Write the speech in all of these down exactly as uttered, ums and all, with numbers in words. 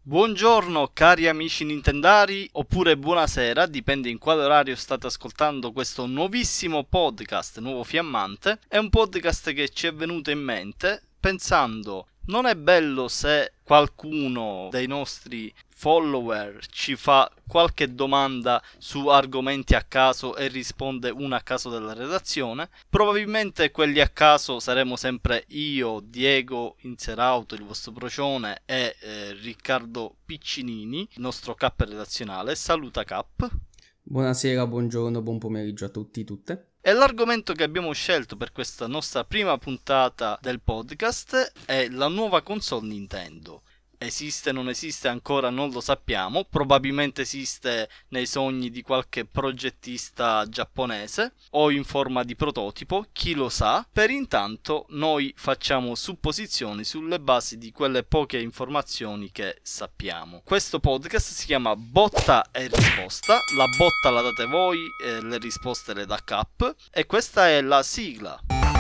Buongiorno cari amici nintendari, oppure buonasera, dipende in quale orario state ascoltando questo nuovissimo podcast, nuovo fiammante. È un podcast che ci è venuto in mente pensando, non è bello se qualcuno dei nostri follower ci fa qualche domanda su argomenti a caso e risponde una a caso della redazione? Probabilmente quelli a caso saremo sempre io, Diego Inserauto, il vostro procione, e eh, Riccardo Piccinini, il nostro cap redazionale. Saluta cap. Buonasera, buongiorno, buon pomeriggio a tutti e tutte. E l'argomento che abbiamo scelto per questa nostra prima puntata del podcast è la nuova console Nintendo. Esiste, non esiste ancora, non lo sappiamo. Probabilmente esiste nei sogni di qualche progettista giapponese o in forma di prototipo, chi lo sa. Per intanto noi facciamo supposizioni sulle basi di quelle poche informazioni che sappiamo. Questo podcast si chiama Botta e Risposta. La botta la date voi, e le risposte le dà Cap. E questa è la sigla.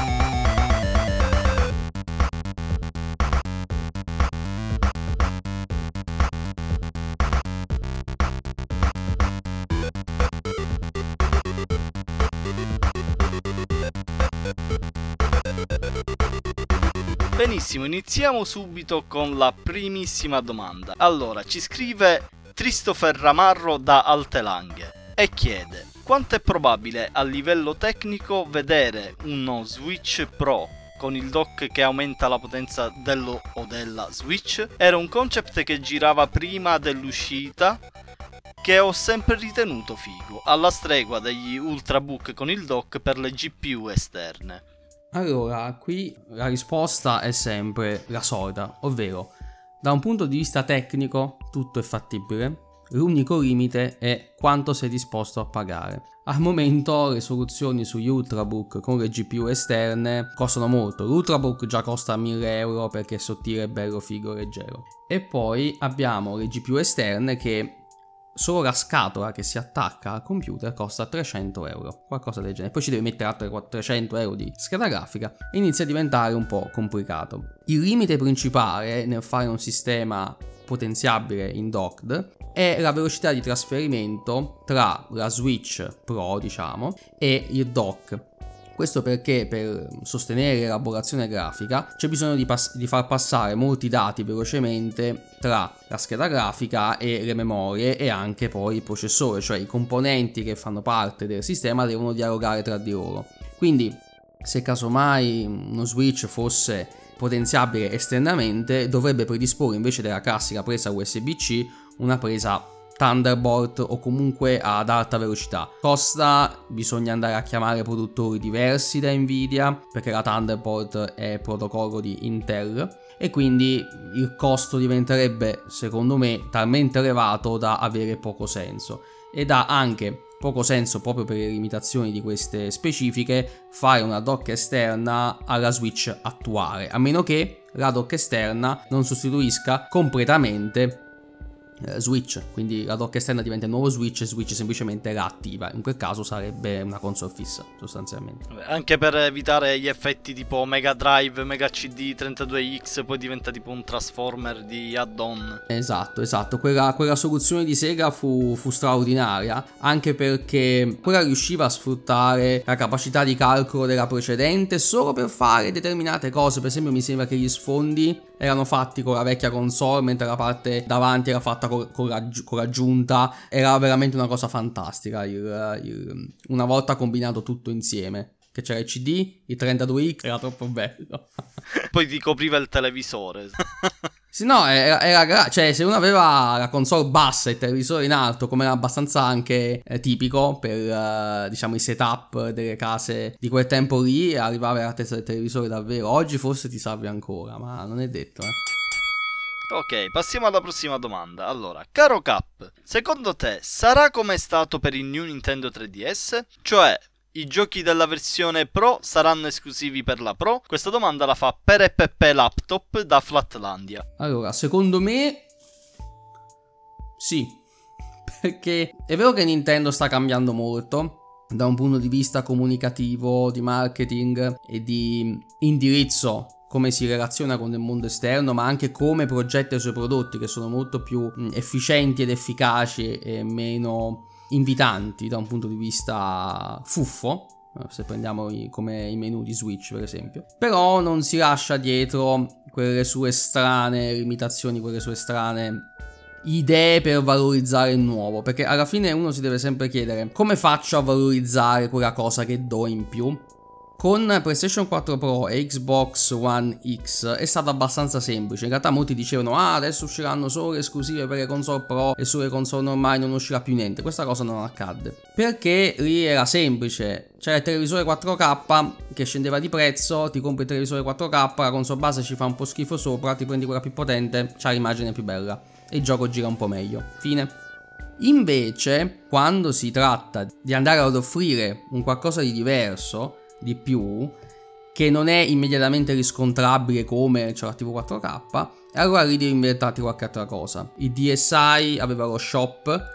Benissimo, iniziamo subito con la primissima domanda. Allora, ci scrive Christopher Ramarro da Altelanghe e chiede: quanto è probabile a livello tecnico vedere uno Switch Pro con il dock che aumenta la potenza dello o della Switch? Era un concept che girava prima dell'uscita, che ho sempre ritenuto figo, alla stregua degli Ultrabook con il dock per le G P U esterne. Allora, qui la risposta è sempre la solita, ovvero da un punto di vista tecnico tutto è fattibile, l'unico limite è quanto sei disposto a pagare. Al momento le soluzioni sugli Ultrabook con le G P U esterne costano molto, l'Ultrabook già costa mille euro perché è sottile, bello, figo, leggero. E poi abbiamo le G P U esterne che solo la scatola che si attacca al computer costa trecento euro, qualcosa del genere. Poi ci devi mettere altri trecento euro di scheda grafica e inizia a diventare un po' complicato. Il limite principale nel fare un sistema potenziabile in docked è la velocità di trasferimento tra la Switch Pro, diciamo, e il dock. Questo perché per sostenere l'elaborazione grafica c'è bisogno di, pass- di far passare molti dati velocemente tra la scheda grafica e le memorie e anche poi il processore, cioè i componenti che fanno parte del sistema devono dialogare tra di loro. Quindi se casomai uno Switch fosse potenziabile esternamente, dovrebbe predisporre invece della classica presa U S B C una presa Thunderbolt o comunque ad alta velocità. Costa, bisogna andare a chiamare produttori diversi da Nvidia perché la Thunderbolt è protocollo di Intel e quindi il costo diventerebbe, secondo me, talmente elevato da avere poco senso, ed ha anche poco senso, proprio per le limitazioni di queste specifiche, fare una dock esterna alla Switch attuale, a meno che la dock esterna non sostituisca completamente Switch, quindi la dock esterna diventa il nuovo Switch e Switch semplicemente la attiva. In quel caso sarebbe una console fissa sostanzialmente. Anche per evitare gli effetti tipo Mega Drive, Mega C D, trentadue X, poi diventa tipo un Transformer di add-on. Esatto, esatto, quella, quella soluzione di Sega fu, fu straordinaria, anche perché quella riusciva a sfruttare la capacità di calcolo della precedente solo per fare determinate cose. Per esempio mi sembra che gli sfondi erano fatti con la vecchia console, mentre la parte davanti era fatta con, con, la, con l'aggiunta. Era veramente una cosa fantastica il, il, una volta combinato tutto insieme, che c'era il C D, il trentadue X, era troppo bello. Poi ti copriva il televisore. Sì, no, era, era gra- cioè se uno aveva la console bassa e il televisore in alto, come era abbastanza anche eh, tipico per uh, diciamo i setup delle case di quel tempo lì, arrivava alla testa del televisore davvero. Oggi forse ti salvi ancora, ma non è detto, eh. Ok, passiamo alla prossima domanda. Allora, caro Cap, secondo te sarà come è stato per il New Nintendo tre D S? Cioè, i giochi della versione Pro saranno esclusivi per la Pro? Questa domanda la fa Perepepe Laptop da Flatlandia. Allora, secondo me sì, perché è vero che Nintendo sta cambiando molto da un punto di vista comunicativo, di marketing e di indirizzo come si relaziona con il mondo esterno, ma anche come progetta i suoi prodotti, che sono molto più efficienti ed efficaci e meno invitanti da un punto di vista fuffo, se prendiamo i, come i menu di Switch per esempio. Però non si lascia dietro quelle sue strane limitazioni, quelle sue strane idee per valorizzare il nuovo, perché alla fine uno si deve sempre chiedere: come faccio a valorizzare quella cosa che do in più? Con PlayStation quattro Pro e Xbox One X è stato abbastanza semplice. In realtà molti dicevano: ah, adesso usciranno solo le esclusive per le console Pro e sulle console normali non uscirà più niente. Questa cosa non accadde, perché lì era semplice. C'era il televisore quattro K che scendeva di prezzo, ti compri il televisore quattro K, la console base ci fa un po' schifo sopra, ti prendi quella più potente, c'ha l'immagine più bella e il gioco gira un po' meglio. Fine. Invece, quando si tratta di andare ad offrire un qualcosa di diverso, di più, che non è immediatamente riscontrabile come c'è la tivù quattro K, e allora lì devi inventarti qualche altra cosa. Il D S i aveva lo shop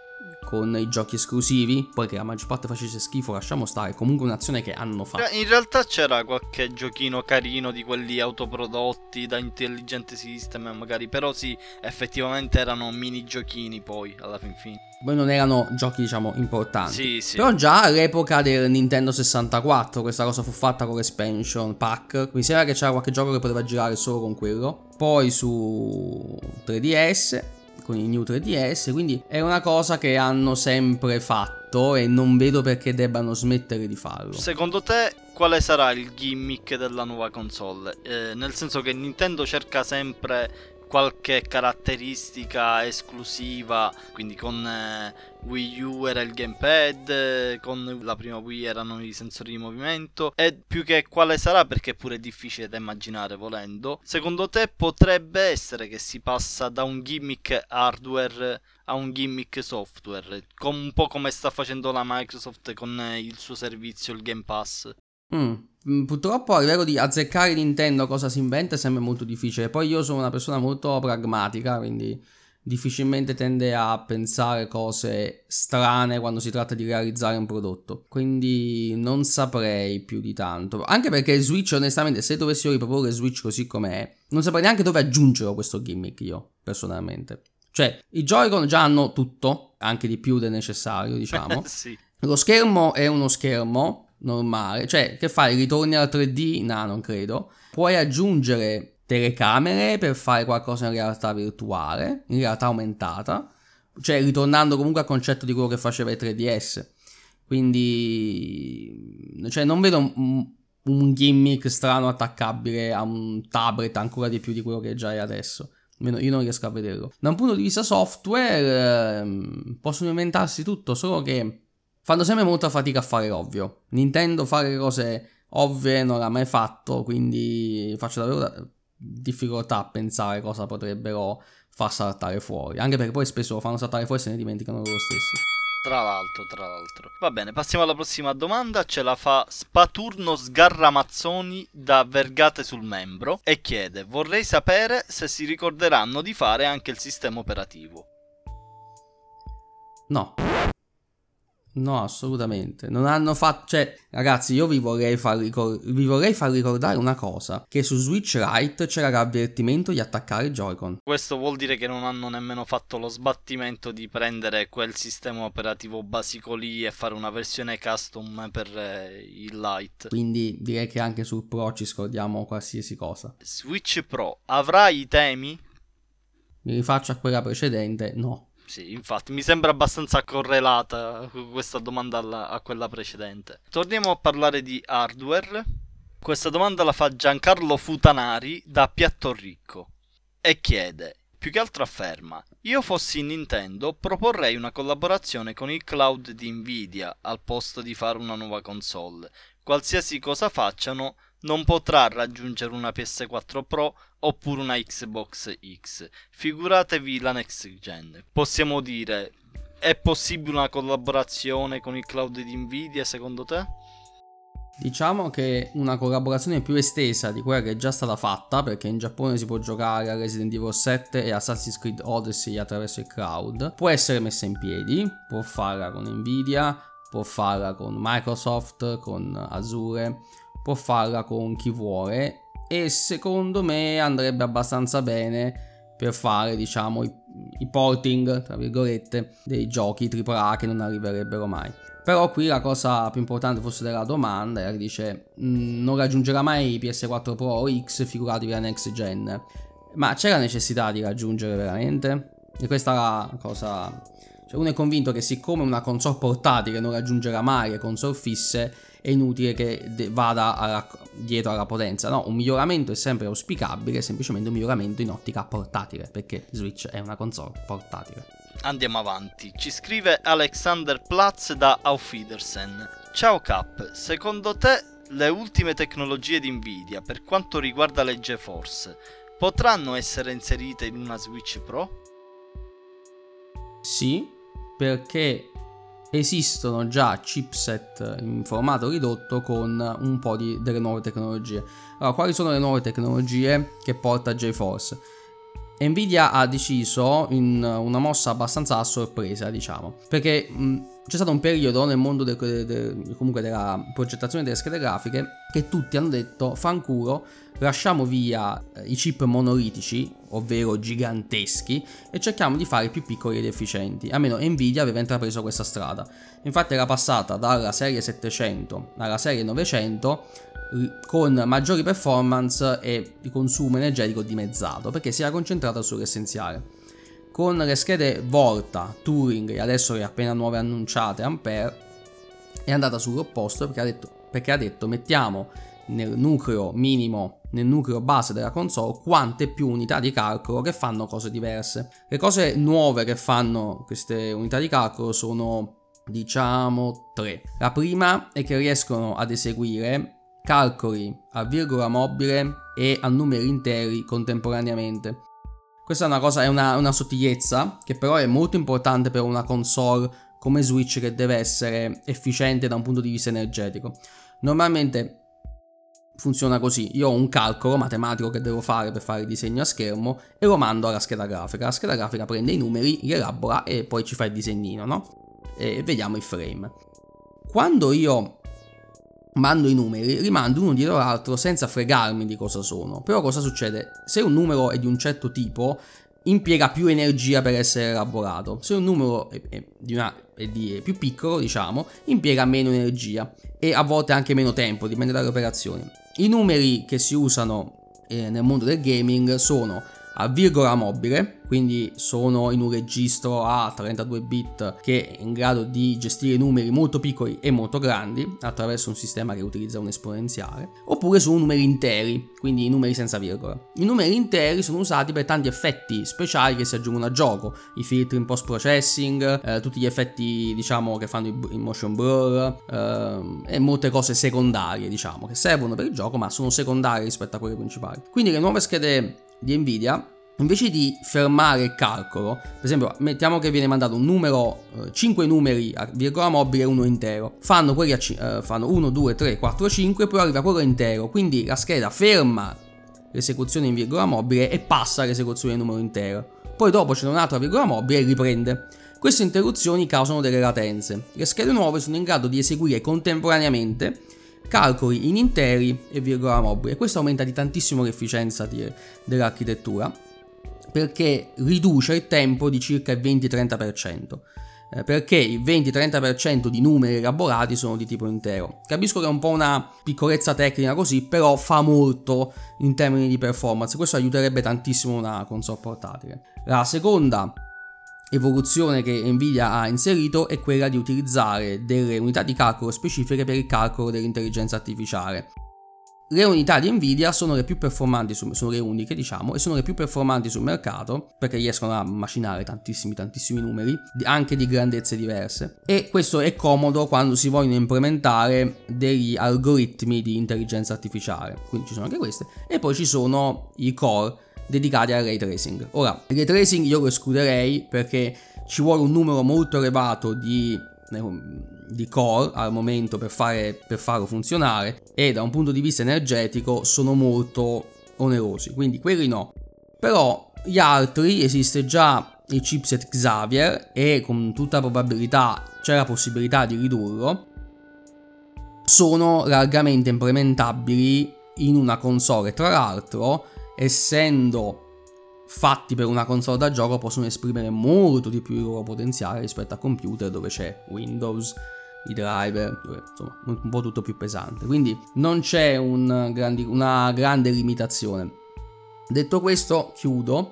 con i giochi esclusivi, poi che la maggior parte facesse schifo lasciamo stare, comunque un'azione che hanno fatto. In realtà c'era qualche giochino carino di quelli autoprodotti da Intelligent System magari, però sì, effettivamente erano mini giochini poi alla fin fine. Poi non erano giochi diciamo importanti. Sì, sì. Però già all'epoca del Nintendo sessantaquattro questa cosa fu fatta con l'expansion pack. Mi sembra che c'era qualche gioco che poteva girare solo con quello. Poi su tre D S, con il New tre D S, quindi è una cosa che hanno sempre fatto e non vedo perché debbano smettere di farlo. Secondo te quale sarà il gimmick della nuova console? Eh, nel senso che Nintendo cerca sempre qualche caratteristica esclusiva, quindi con eh, Wii U era il gamepad, eh, con la prima Wii erano i sensori di movimento, e più che quale sarà, perché è pure difficile da immaginare volendo, secondo te potrebbe essere che si passa da un gimmick hardware a un gimmick software, com- un po' come sta facendo la Microsoft con eh, il suo servizio, il Game Pass? Mm. Purtroppo a livello di azzeccare Nintendo cosa si inventa è sempre molto difficile. Poi io sono una persona molto pragmatica, quindi difficilmente tende a pensare cose strane quando si tratta di realizzare un prodotto, quindi non saprei più di tanto. Anche perché Switch, onestamente, se dovessero riproporre Switch così com'è, non saprei neanche dove aggiungere questo gimmick io, personalmente. Cioè, i Joy-Con già hanno tutto, anche di più del necessario, diciamo. Sì. Lo schermo è uno schermo normale, cioè che fai? Ritorni al tre D? No, non credo. Puoi aggiungere telecamere per fare qualcosa in realtà virtuale, in realtà aumentata, cioè ritornando comunque al concetto di quello che faceva il tre D S. Quindi, cioè non vedo un, un gimmick strano attaccabile a un tablet ancora di più di quello che già è adesso. Almeno io non riesco a vederlo. Da un punto di vista software eh, possono inventarsi tutto, solo che fanno sempre molta fatica a fare l'ovvio. Nintendo fare cose ovvie non l'ha mai fatto, quindi faccio davvero difficoltà a pensare cosa potrebbero far saltare fuori. Anche perché poi spesso lo fanno saltare fuori e se ne dimenticano loro stessi. Tra l'altro, tra l'altro. Va bene, passiamo alla prossima domanda. Ce la fa Spaturno Sgarramazzoni da Vergate sul Membro e chiede: vorrei sapere se si ricorderanno di fare anche il sistema operativo. No. No, assolutamente. Non hanno fatto. Cioè, ragazzi, io vi vorrei far ricor- vi vorrei far ricordare una cosa: che su Switch Lite c'era l'avvertimento di attaccare il Joy-Con. Questo vuol dire che non hanno nemmeno fatto lo sbattimento di prendere quel sistema operativo basico lì e fare una versione custom per eh, il Lite. Quindi direi che anche sul Pro ci scordiamo qualsiasi cosa. Switch Pro avrà i temi? Mi rifaccio a quella precedente? No. Sì, infatti, mi sembra abbastanza correlata questa domanda alla, a quella precedente. Torniamo a parlare di hardware. Questa domanda la fa Giancarlo Futanari da Piattorricco e chiede, più che altro afferma: io fossi Nintendo proporrei una collaborazione con il cloud di Nvidia al posto di fare una nuova console. Qualsiasi cosa facciano non potrà raggiungere una P S quattro Pro oppure una Xbox X. Figuratevi la next gen. Possiamo dire, è possibile una collaborazione con il cloud di Nvidia secondo te? Diciamo che una collaborazione più estesa di quella che è già stata fatta, perché in Giappone si può giocare a Resident Evil sette e Assassin's Creed Odyssey attraverso il cloud, può essere messa in piedi, può farla con Nvidia, può farla con Microsoft, con Azure, può farla con chi vuole, e secondo me andrebbe abbastanza bene per fare, diciamo, i, i porting, tra virgolette, dei giochi tripla A che non arriverebbero mai. Però qui la cosa più importante forse della domanda è che dice non raggiungerà mai i P S quattro Pro o X, figuratevi la next gen. Ma c'è la necessità di raggiungere veramente? E questa è la cosa, cioè uno è convinto che siccome una console portatile non raggiungerà mai le console fisse, è inutile che vada alla, dietro alla potenza. No, un miglioramento è sempre auspicabile, semplicemente un miglioramento in ottica portatile, perché Switch è una console portatile. Andiamo avanti. Ci scrive Alexander Platz da Auf Wiedersehen. Ciao Cap, secondo te le ultime tecnologie di Nvidia per quanto riguarda le GeForce potranno essere inserite in una Switch Pro? Sì, perché esistono già chipset in formato ridotto con un po' di, delle nuove tecnologie. Allora, quali sono le nuove tecnologie che porta GeForce? Nvidia ha deciso in una mossa abbastanza a sorpresa, diciamo, perché mh, c'è stato un periodo nel mondo de, de, de, comunque della progettazione delle schede grafiche che tutti hanno detto fanculo, lasciamo via i chip monolitici, ovvero giganteschi, e cerchiamo di fare più piccoli ed efficienti. Almeno Nvidia aveva intrapreso questa strada. Infatti era passata dalla serie settecento alla serie novecento con maggiori performance e di consumo energetico dimezzato, perché si era concentrata sull'essenziale. Con le schede Volta, Turing e adesso le appena nuove annunciate Ampere è andata sull'opposto, perché ha detto, perché ha detto mettiamo nel nucleo minimo, nel nucleo base della console, quante più unità di calcolo che fanno cose diverse. Le cose nuove che fanno queste unità di calcolo sono, diciamo, tre. La prima è che riescono ad eseguire calcoli a virgola mobile e a numeri interi contemporaneamente. Questa è una cosa, è una, una sottigliezza che però è molto importante per una console come Switch, che deve essere efficiente da un punto di vista energetico. Normalmente funziona così: io ho un calcolo matematico che devo fare per fare il disegno a schermo e lo mando alla scheda grafica. La scheda grafica prende i numeri, li elabora e poi ci fa il disegnino, no? E vediamo il frame. Quando io mando i numeri, li mando uno dietro l'altro senza fregarmi di cosa sono. Però cosa succede? Se un numero è di un certo tipo, impiega più energia per essere elaborato. Se un numero è, è di una, è di, è più piccolo, diciamo, impiega meno energia e a volte anche meno tempo, dipende dalle operazioni. I numeri che si usano eh, nel mondo del gaming sono a virgola mobile, quindi sono in un registro a trentadue bit che è in grado di gestire numeri molto piccoli e molto grandi attraverso un sistema che utilizza un esponenziale, oppure sono numeri interi, quindi i numeri senza virgola. I numeri interi sono usati per tanti effetti speciali che si aggiungono a gioco, i filtri in post processing, eh, tutti gli effetti, diciamo, che fanno il motion blur eh, e molte cose secondarie, diciamo, che servono per il gioco ma sono secondarie rispetto a quelle principali. Quindi le nuove schede di Nvidia, invece di fermare il calcolo, per esempio mettiamo che viene mandato un numero, eh, cinque numeri a virgola mobile e uno intero, fanno quelli a c- eh, fanno uno, due, tre, quattro, cinque, poi arriva quello intero, quindi la scheda ferma l'esecuzione in virgola mobile e passa all'esecuzione in numero intero, poi dopo c'è un'altra virgola mobile e riprende. Queste interruzioni causano delle latenze. Le schede nuove sono in grado di eseguire contemporaneamente calcoli in interi e virgola mobile. Questo aumenta di tantissimo l'efficienza di, dell'architettura, perché riduce il tempo di circa il venti-trenta per cento, eh, perché il venti-trenta per cento di numeri elaborati sono di tipo intero. Capisco che è un po' una piccolezza tecnica così, però fa molto in termini di performance. Questo aiuterebbe tantissimo una console portatile. La seconda evoluzione che Nvidia ha inserito è quella di utilizzare delle unità di calcolo specifiche per il calcolo dell'intelligenza artificiale. Le unità di Nvidia sono le più performanti, su, sono le uniche, diciamo, e sono le più performanti sul mercato perché riescono a macinare tantissimi tantissimi numeri, anche di grandezze diverse, e questo è comodo quando si vogliono implementare degli algoritmi di intelligenza artificiale. Quindi ci sono anche queste, e poi ci sono i core dedicati al ray tracing. Ora, il ray tracing io lo escluderei perché ci vuole un numero molto elevato di di core al momento per, fare, per farlo funzionare, e da un punto di vista energetico sono molto onerosi, quindi quelli no. Però gli altri, esiste già il chipset Xavier e con tutta probabilità c'è la possibilità di ridurlo, sono largamente implementabili in una console. Tra l'altro, essendo fatti per una console da gioco, possono esprimere molto di più il loro potenziale rispetto a computer dove c'è Windows, i driver, dove, insomma, un po' tutto più pesante. Quindi non c'è un grandi, una grande limitazione. Detto questo, chiudo.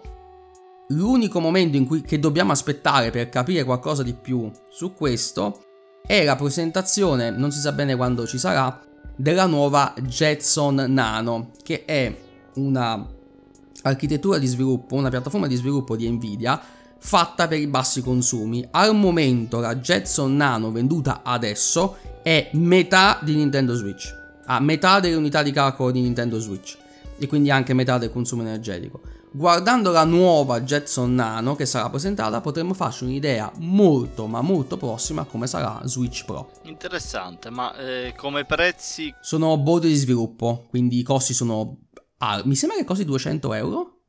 L'unico momento in cui che dobbiamo aspettare per capire qualcosa di più su questo è la presentazione, non si sa bene quando ci sarà, della nuova Jetson Nano, che è una architettura di sviluppo, una piattaforma di sviluppo di Nvidia fatta per i bassi consumi. Al momento la Jetson Nano venduta adesso è metà di Nintendo Switch, a metà delle unità di calcolo di Nintendo Switch e quindi anche metà del consumo energetico. Guardando la nuova Jetson Nano che sarà presentata potremmo farci un'idea molto ma molto prossima a come sarà Switch Pro. Interessante, ma eh, come prezzi? Sono board di sviluppo, quindi i costi sono... Ah, mi sembra che costi duecento euro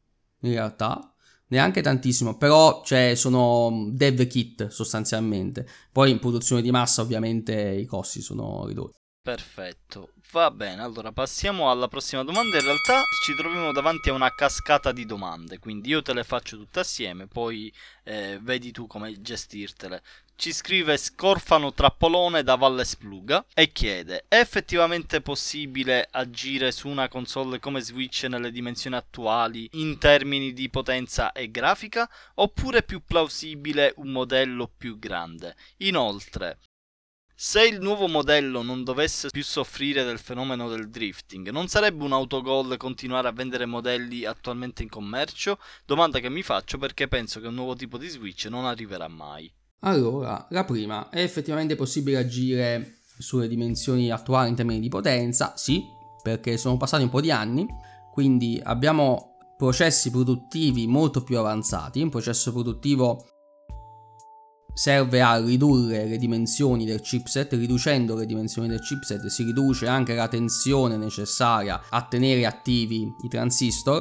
in realtà, neanche tantissimo, però cioè, sono dev kit sostanzialmente. Poi in produzione di massa ovviamente i costi sono ridotti. Perfetto, va bene, allora passiamo alla prossima domanda. In realtà ci troviamo davanti a una cascata di domande, quindi io te le faccio tutte assieme, poi eh, vedi tu come gestirtele. Ci scrive Scorfano Trappolone da Valle Spluga e chiede: è effettivamente possibile agire su una console come Switch nelle dimensioni attuali in termini di potenza e grafica, oppure è più plausibile un modello più grande? Inoltre, se il nuovo modello non dovesse più soffrire del fenomeno del drifting, non sarebbe un autogol continuare a vendere modelli attualmente in commercio? Domanda che mi faccio perché penso che un nuovo tipo di Switch non arriverà mai. Allora, la prima, è effettivamente possibile agire sulle dimensioni attuali in termini di potenza? Sì, perché sono passati un po' di anni, quindi abbiamo processi produttivi molto più avanzati. Un processo produttivo serve a ridurre le dimensioni del chipset. Riducendo le dimensioni del chipset si riduce anche la tensione necessaria a tenere attivi i transistor,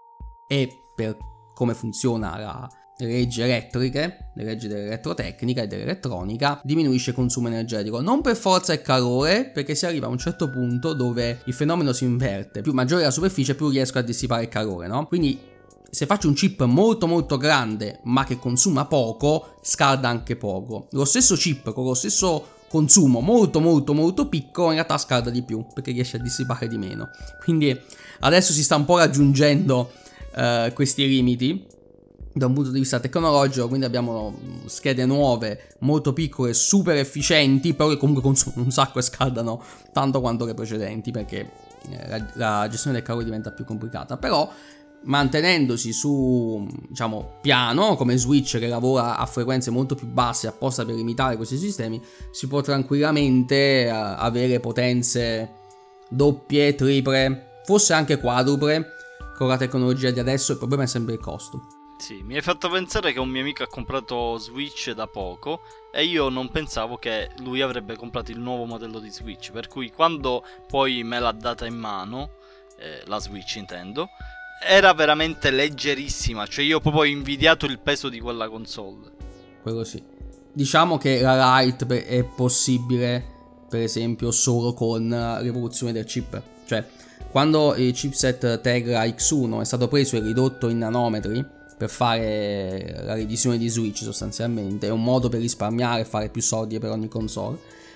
e per come funziona la le leggi elettriche, le leggi dell'elettrotecnica e dell'elettronica, diminuisce il consumo energetico. Non per forza il calore, perché si arriva a un certo punto dove il fenomeno si inverte. Più maggiore la superficie, più riesco a dissipare il calore, no? Quindi se faccio un chip molto molto grande ma che consuma poco, scalda anche poco. Lo stesso chip con lo stesso consumo molto molto molto piccolo in realtà scalda di più, perché riesce a dissipare di meno. Quindi adesso si sta un po' raggiungendo uh, questi limiti da un punto di vista tecnologico, quindi abbiamo schede nuove, molto piccole, super efficienti, però che comunque consumano un sacco e scaldano tanto quanto le precedenti, perché la, la gestione del calore diventa più complicata. Però mantenendosi su, diciamo, piano, come Switch che lavora a frequenze molto più basse apposta per limitare questi sistemi, si può tranquillamente uh, avere potenze doppie, triple, forse anche quadruple con la tecnologia di adesso. Il problema è sempre il costo. Sì, mi hai fatto pensare che un mio amico ha comprato Switch da poco e io non pensavo che lui avrebbe comprato il nuovo modello di Switch, per cui quando poi me l'ha data in mano, eh, la Switch intendo, era veramente leggerissima, cioè io proprio ho invidiato il peso di quella console. Quello sì. Diciamo che la Lite è possibile per esempio solo con l'evoluzione del chip, cioè quando il chipset Tegra X uno è stato preso e ridotto in nanometri per fare la revisione di Switch, sostanzialmente è un modo per risparmiare e fare più soldi per ogni console.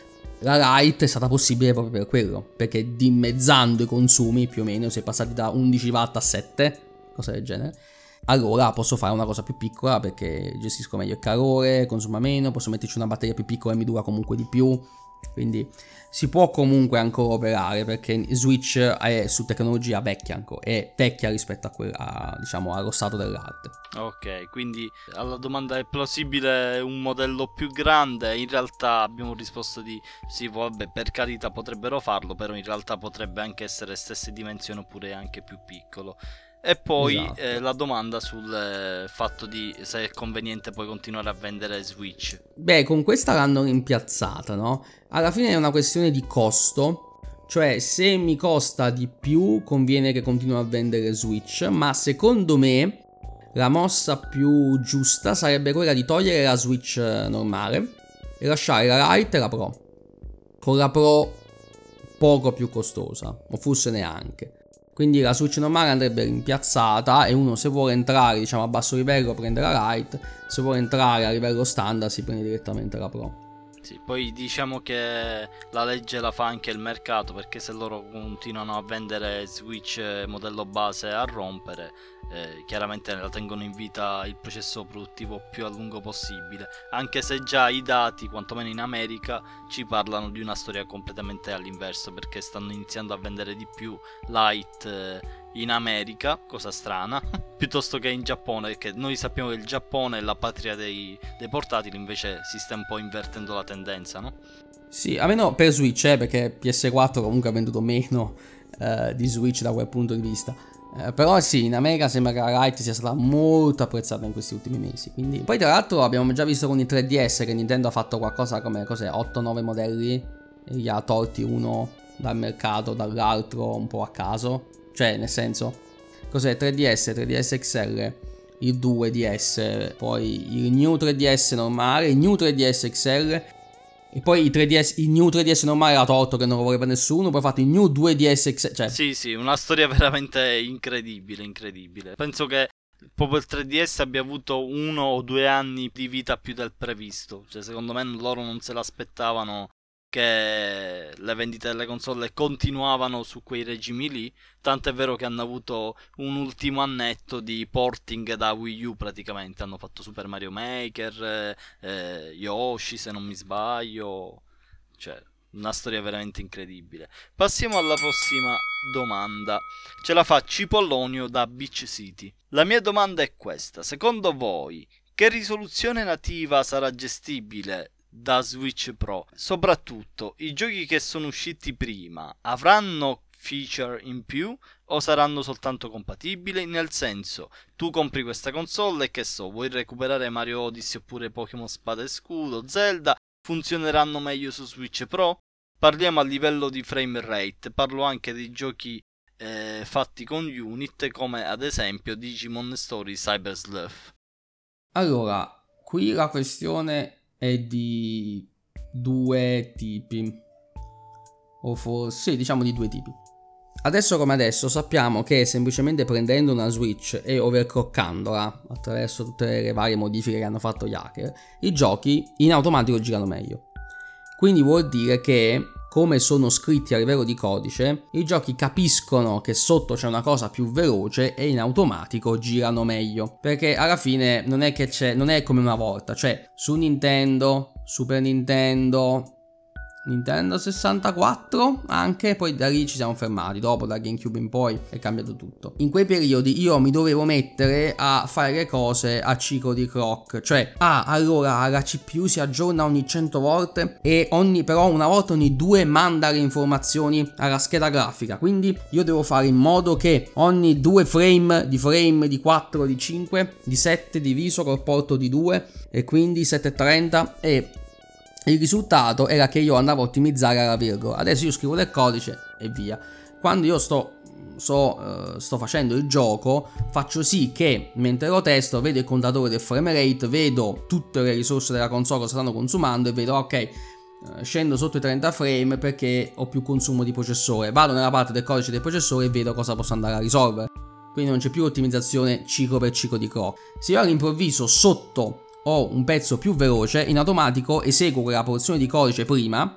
La Lite è stata possibile proprio per quello, perché dimezzando i consumi più o meno si è passati da undici watt a sette, cosa del genere. Allora posso fare una cosa più piccola perché gestisco meglio il calore, consuma meno, posso metterci una batteria più piccola e mi dura comunque di più. Quindi si può comunque ancora operare, perché Switch è su tecnologia vecchia, ancora è vecchia rispetto a quella, diciamo, allo stato dell'arte. Ok, quindi alla domanda è plausibile un modello più grande, in realtà abbiamo risposto di sì, vabbè, per carità potrebbero farlo, però in realtà potrebbe anche essere stesse dimensioni oppure anche più piccolo. E poi Esatto. eh, la domanda sul eh, fatto di se è conveniente poi continuare a vendere Switch. Beh, con questa l'hanno rimpiazzata, no? Alla fine è una questione di costo, cioè se mi costa di più conviene che continuo a vendere Switch, ma secondo me la mossa più giusta sarebbe quella di togliere la Switch normale e lasciare la Lite e la Pro. Con la Pro poco più costosa, o forse neanche. Quindi la Switch normale andrebbe rimpiazzata e uno, se vuole entrare diciamo a basso livello, prende la Lite, se vuole entrare a livello standard si prende direttamente la Pro. Sì, poi diciamo che la legge la fa anche il mercato, perché se loro continuano a vendere Switch modello base a rompere, eh, chiaramente la tengono in vita il processo produttivo più a lungo possibile, anche se già i dati, quantomeno in America, ci parlano di una storia completamente all'inverso, perché stanno iniziando a vendere di più Lite eh, in America, cosa strana, piuttosto che in Giappone, perché noi sappiamo che il Giappone è la patria dei, dei portatili, invece si sta un po' invertendo la tendenza, no? Sì, almeno per Switch, eh, perché P S quattro comunque ha venduto meno eh, di Switch da quel punto di vista. Eh, però sì, in America sembra che la Lite sia stata molto apprezzata in questi ultimi mesi. Quindi... Poi tra l'altro abbiamo già visto con il tre D S che Nintendo ha fatto qualcosa come otto nove modelli e li ha tolti uno dal mercato, dall'altro un po' a caso. Cioè, nel senso, cos'è tre D S, tre D S X L, il due D S, poi il New tre D S normale, il New tre D S X L, e poi il, tre D S, il New tre D S normale l'ha tolto che non lo voleva nessuno, poi ha fatto il New due D S X L, cioè... Sì, sì, una storia veramente incredibile, incredibile. Penso che proprio il tre D S abbia avuto uno o due anni di vita più del previsto. Cioè, secondo me loro non se l'aspettavano che le vendite delle console continuavano su quei regimi lì, tanto è vero che hanno avuto un ultimo annetto di porting da Wii U praticamente, hanno fatto Super Mario Maker, eh, Yoshi se non mi sbaglio, cioè una storia veramente incredibile. Passiamo alla prossima domanda, ce la fa Cipollonio da Beach City. La mia domanda è questa: secondo voi che risoluzione nativa sarà gestibile da Switch Pro? Soprattutto, i giochi che sono usciti prima avranno feature in più o saranno soltanto compatibili? Nel senso, tu compri questa console e che so, vuoi recuperare Mario Odyssey oppure Pokémon Spada e Scudo, Zelda, funzioneranno meglio su Switch Pro? Parliamo a livello di frame rate, parlo anche di giochi eh, fatti con Unity, come ad esempio Digimon Story Cyber Sleuth. Allora, qui la questione è di due tipi, o forse sì, diciamo di due tipi. Adesso come adesso sappiamo che semplicemente prendendo una Switch e overclockandola attraverso tutte le varie modifiche che hanno fatto gli hacker, i giochi in automatico girano meglio. Quindi vuol dire che, come sono scritti a livello di codice, i giochi capiscono che sotto c'è una cosa più veloce e in automatico girano meglio. Perché alla fine non è che c'è, non è come una volta, cioè su Nintendo, Super Nintendo, Nintendo sessantaquattro anche, poi da lì ci siamo fermati, dopo da GameCube in poi è cambiato tutto. In quei periodi io mi dovevo mettere a fare le cose a ciclo di clock, cioè ah allora la C P U si aggiorna ogni cento volte e ogni però una volta ogni due manda le informazioni alla scheda grafica, quindi io devo fare in modo che ogni due frame di frame di quattro, di cinque, di sette diviso col porto di due e quindi settecentotrenta, e il risultato era che io andavo a ottimizzare alla virgola. Adesso io scrivo del codice e via. Quando io sto, so, uh, sto facendo il gioco, faccio sì che mentre lo testo vedo il contatore del frame rate, vedo tutte le risorse della console che stanno consumando e vedo ok, uh, scendo sotto i trenta frame perché ho più consumo di processore. Vado nella parte del codice del processore e vedo cosa posso andare a risolvere. Quindi non c'è più ottimizzazione ciclo per ciclo di clock. Se io all'improvviso sotto ho un pezzo più veloce, in automatico eseguo quella porzione di codice prima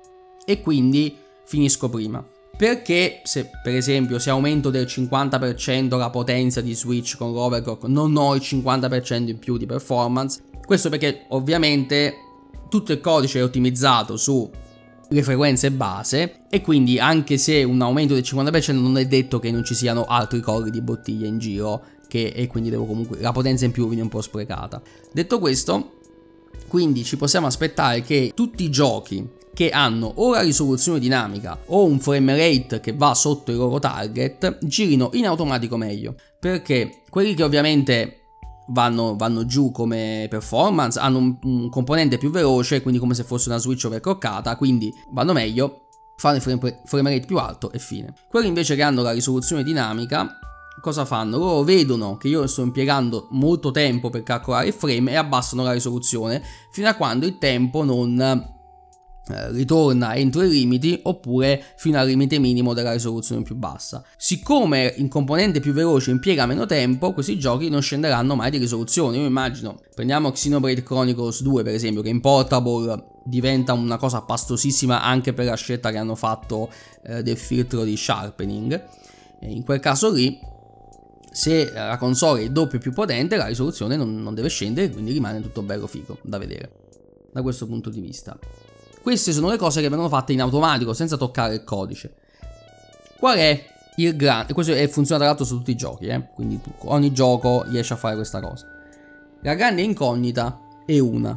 e quindi finisco prima. Perché se per esempio se aumento del cinquanta per cento la potenza di Switch con l'overclock non ho il cinquanta per cento in più di performance? Questo perché ovviamente tutto il codice è ottimizzato sulle frequenze base e quindi anche se un aumento del cinquanta per cento non è detto che non ci siano altri colli di bottiglia in giro, che e quindi devo comunque la potenza in più viene un po' sprecata. Detto questo, quindi ci possiamo aspettare che tutti i giochi che hanno o la risoluzione dinamica o un frame rate che va sotto i loro target girino in automatico meglio, perché quelli che ovviamente vanno, vanno giù come performance hanno un, un componente più veloce, quindi come se fosse una Switch overclockata, quindi vanno meglio, fanno il frame, frame rate più alto e fine. Quelli invece che hanno la risoluzione dinamica cosa fanno? Loro vedono che io sto impiegando molto tempo per calcolare il frame e abbassano la risoluzione fino a quando il tempo non eh, ritorna entro i limiti, oppure fino al limite minimo della risoluzione più bassa. Siccome il componente più veloce impiega meno tempo, questi giochi non scenderanno mai di risoluzione. Io immagino, prendiamo Xenoblade Chronicles due per esempio, che in portable diventa una cosa pastosissima anche per la scelta che hanno fatto eh, del filtro di sharpening. E in quel caso lì, se la console è il doppio più potente, la risoluzione non, non deve scendere, quindi rimane tutto bello figo da vedere da questo punto di vista. Queste sono le cose che vengono fatte in automatico senza toccare il codice. Qual è il grande, questo è, funziona tra l'altro su tutti i giochi, eh? Quindi tu, ogni gioco riesce a fare questa cosa. La grande incognita è una: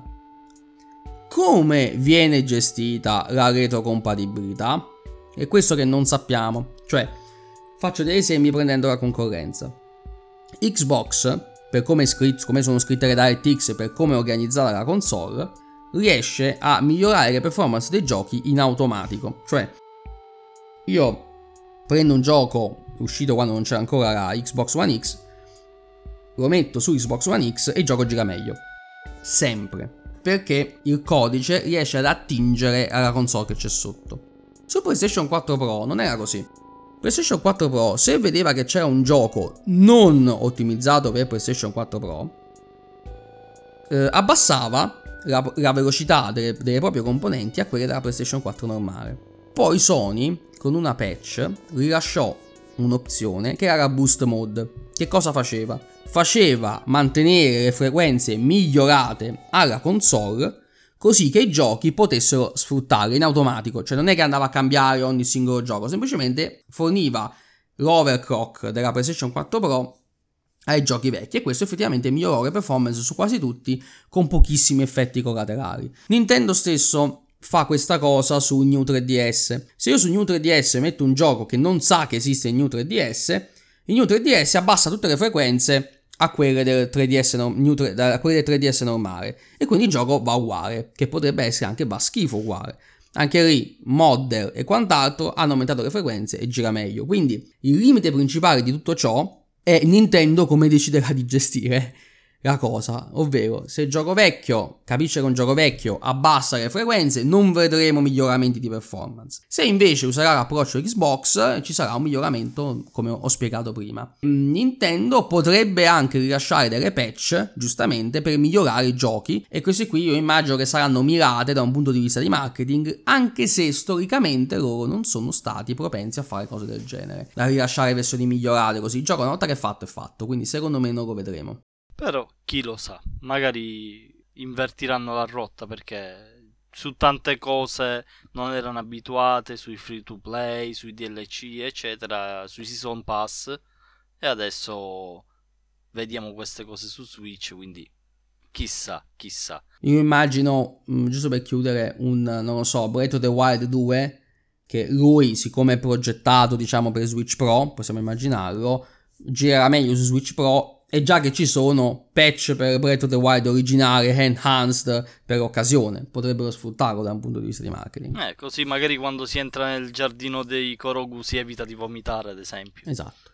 come viene gestita la retrocompatibilità? È questo che non sappiamo. Cioè, faccio degli esempi prendendo la concorrenza. Xbox, per come, è scritto, come sono scritte le DirectX, per come è organizzata la console, riesce a migliorare le performance dei giochi in automatico. Cioè, io prendo un gioco uscito quando non c'era ancora la Xbox One X, lo metto su Xbox One X e il gioco gira meglio. Sempre. Perché il codice riesce ad attingere alla console che c'è sotto. Su PlayStation quattro Pro non era così. PlayStation quattro Pro, se vedeva che c'era un gioco non ottimizzato per PlayStation quattro Pro, eh, abbassava la, la velocità delle, delle proprie componenti a quelle della PlayStation quattro normale. Poi Sony, con una patch, rilasciò un'opzione che era la Boost Mode. Che cosa faceva? Faceva mantenere le frequenze migliorate alla console, così che i giochi potessero sfruttarle in automatico. Cioè non è che andava a cambiare ogni singolo gioco, semplicemente forniva l'overclock della PlayStation quattro Pro ai giochi vecchi, e questo effettivamente migliorò le performance su quasi tutti, con pochissimi effetti collaterali. Nintendo stesso fa questa cosa su New tre D S. Se io su New tre D S metto un gioco che non sa che esiste in New tre D S, il New tre D S abbassa tutte le frequenze a quelle del tre D S, New tre, a quelle del tre D S normale, e quindi il gioco va uguale, che potrebbe essere anche va schifo uguale. Anche lì modder e quant'altro hanno aumentato le frequenze e gira meglio. Quindi il limite principale di tutto ciò è Nintendo come deciderà di gestire la cosa, ovvero se il gioco vecchio capisce che un gioco vecchio abbassa le frequenze, non vedremo miglioramenti di performance. Se invece userà l'approccio Xbox, ci sarà un miglioramento, come ho spiegato prima. Nintendo potrebbe anche rilasciare delle patch, giustamente, per migliorare i giochi, e queste qui io immagino che saranno mirate da un punto di vista di marketing, anche se storicamente loro non sono stati propensi a fare cose del genere, da rilasciare versioni migliorate così. Il gioco una volta che è fatto è fatto, quindi secondo me non lo vedremo. Però chi lo sa, magari invertiranno la rotta, perché su tante cose non erano abituate, sui free to play, sui D L C eccetera, sui season pass, e adesso vediamo queste cose su Switch, quindi chissà, chissà. Io immagino, giusto per chiudere, un, non lo so, Breath of the Wild due, che lui, siccome è progettato diciamo per Switch Pro, possiamo immaginarlo, girerà meglio su Switch Pro. E già che ci sono patch per Breath of the Wild originale, enhanced per occasione, potrebbero sfruttarlo da un punto di vista di marketing. Eh, così magari quando si entra nel giardino dei Korogu si evita di vomitare, ad esempio. Esatto.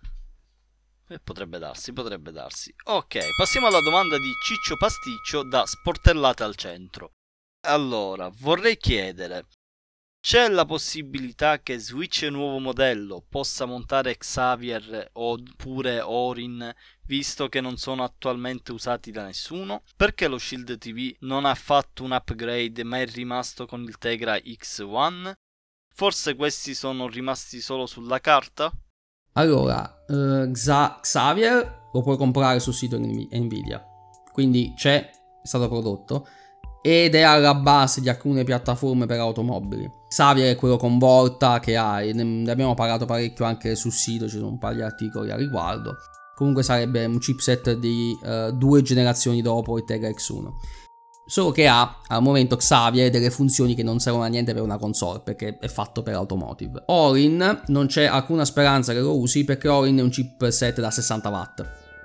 E potrebbe darsi, potrebbe darsi. Ok, passiamo alla domanda di Ciccio Pasticcio da Sportellate al Centro. Allora, vorrei chiedere: c'è la possibilità che Switch nuovo modello possa montare Xavier oppure Orin, visto che non sono attualmente usati da nessuno? Perché lo Shield T V non ha fatto un upgrade ma è rimasto con il Tegra X uno? Forse questi sono rimasti solo sulla carta? Allora, uh, Xa- Xavier lo puoi comprare sul sito Nvidia, quindi c'è, è stato prodotto, ed è alla base di alcune piattaforme per automobili. Xavier è quello con Volta che ha, e ne abbiamo parlato parecchio anche sul sito, ci sono un paio di articoli a riguardo. Comunque sarebbe un chipset di uh, due generazioni dopo il Tegra X uno. Solo che ha al momento Xavier delle funzioni che non servono a niente per una console, perché è fatto per automotive. Orin non c'è alcuna speranza che lo usi, perché Orin è un chipset da sessanta watt,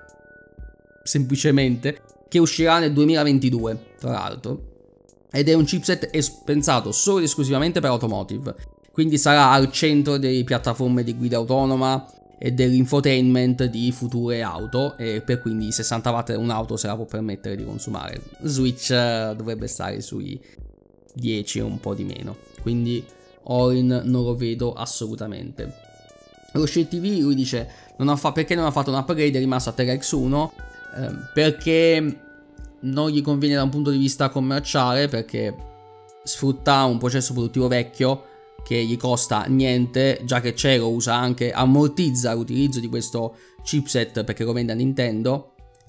semplicemente, che uscirà nel duemilaventidue tra l'altro, ed è un chipset es- pensato solo ed esclusivamente per automotive, quindi sarà al centro delle piattaforme di guida autonoma e dell'infotainment di future auto, e per quindi sessanta watt un'auto se la può permettere di consumare. Switch uh, dovrebbe stare sui dieci o un po' di meno, quindi Orin non lo vedo assolutamente. Lo Shade T V, lui dice non ha fa- perché non ha fatto un upgrade, è rimasto a TeraX uno, eh, perché non gli conviene da un punto di vista commerciale, perché sfrutta un processo produttivo vecchio che gli costa niente, già che c'è lo usa anche, ammortizza l'utilizzo di questo chipset perché lo vende a Nintendo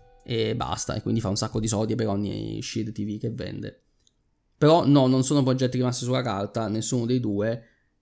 e basta, e quindi fa un sacco di soldi per ogni Shade T V che vende. Però no, non sono progetti rimasti sulla carta, nessuno dei due,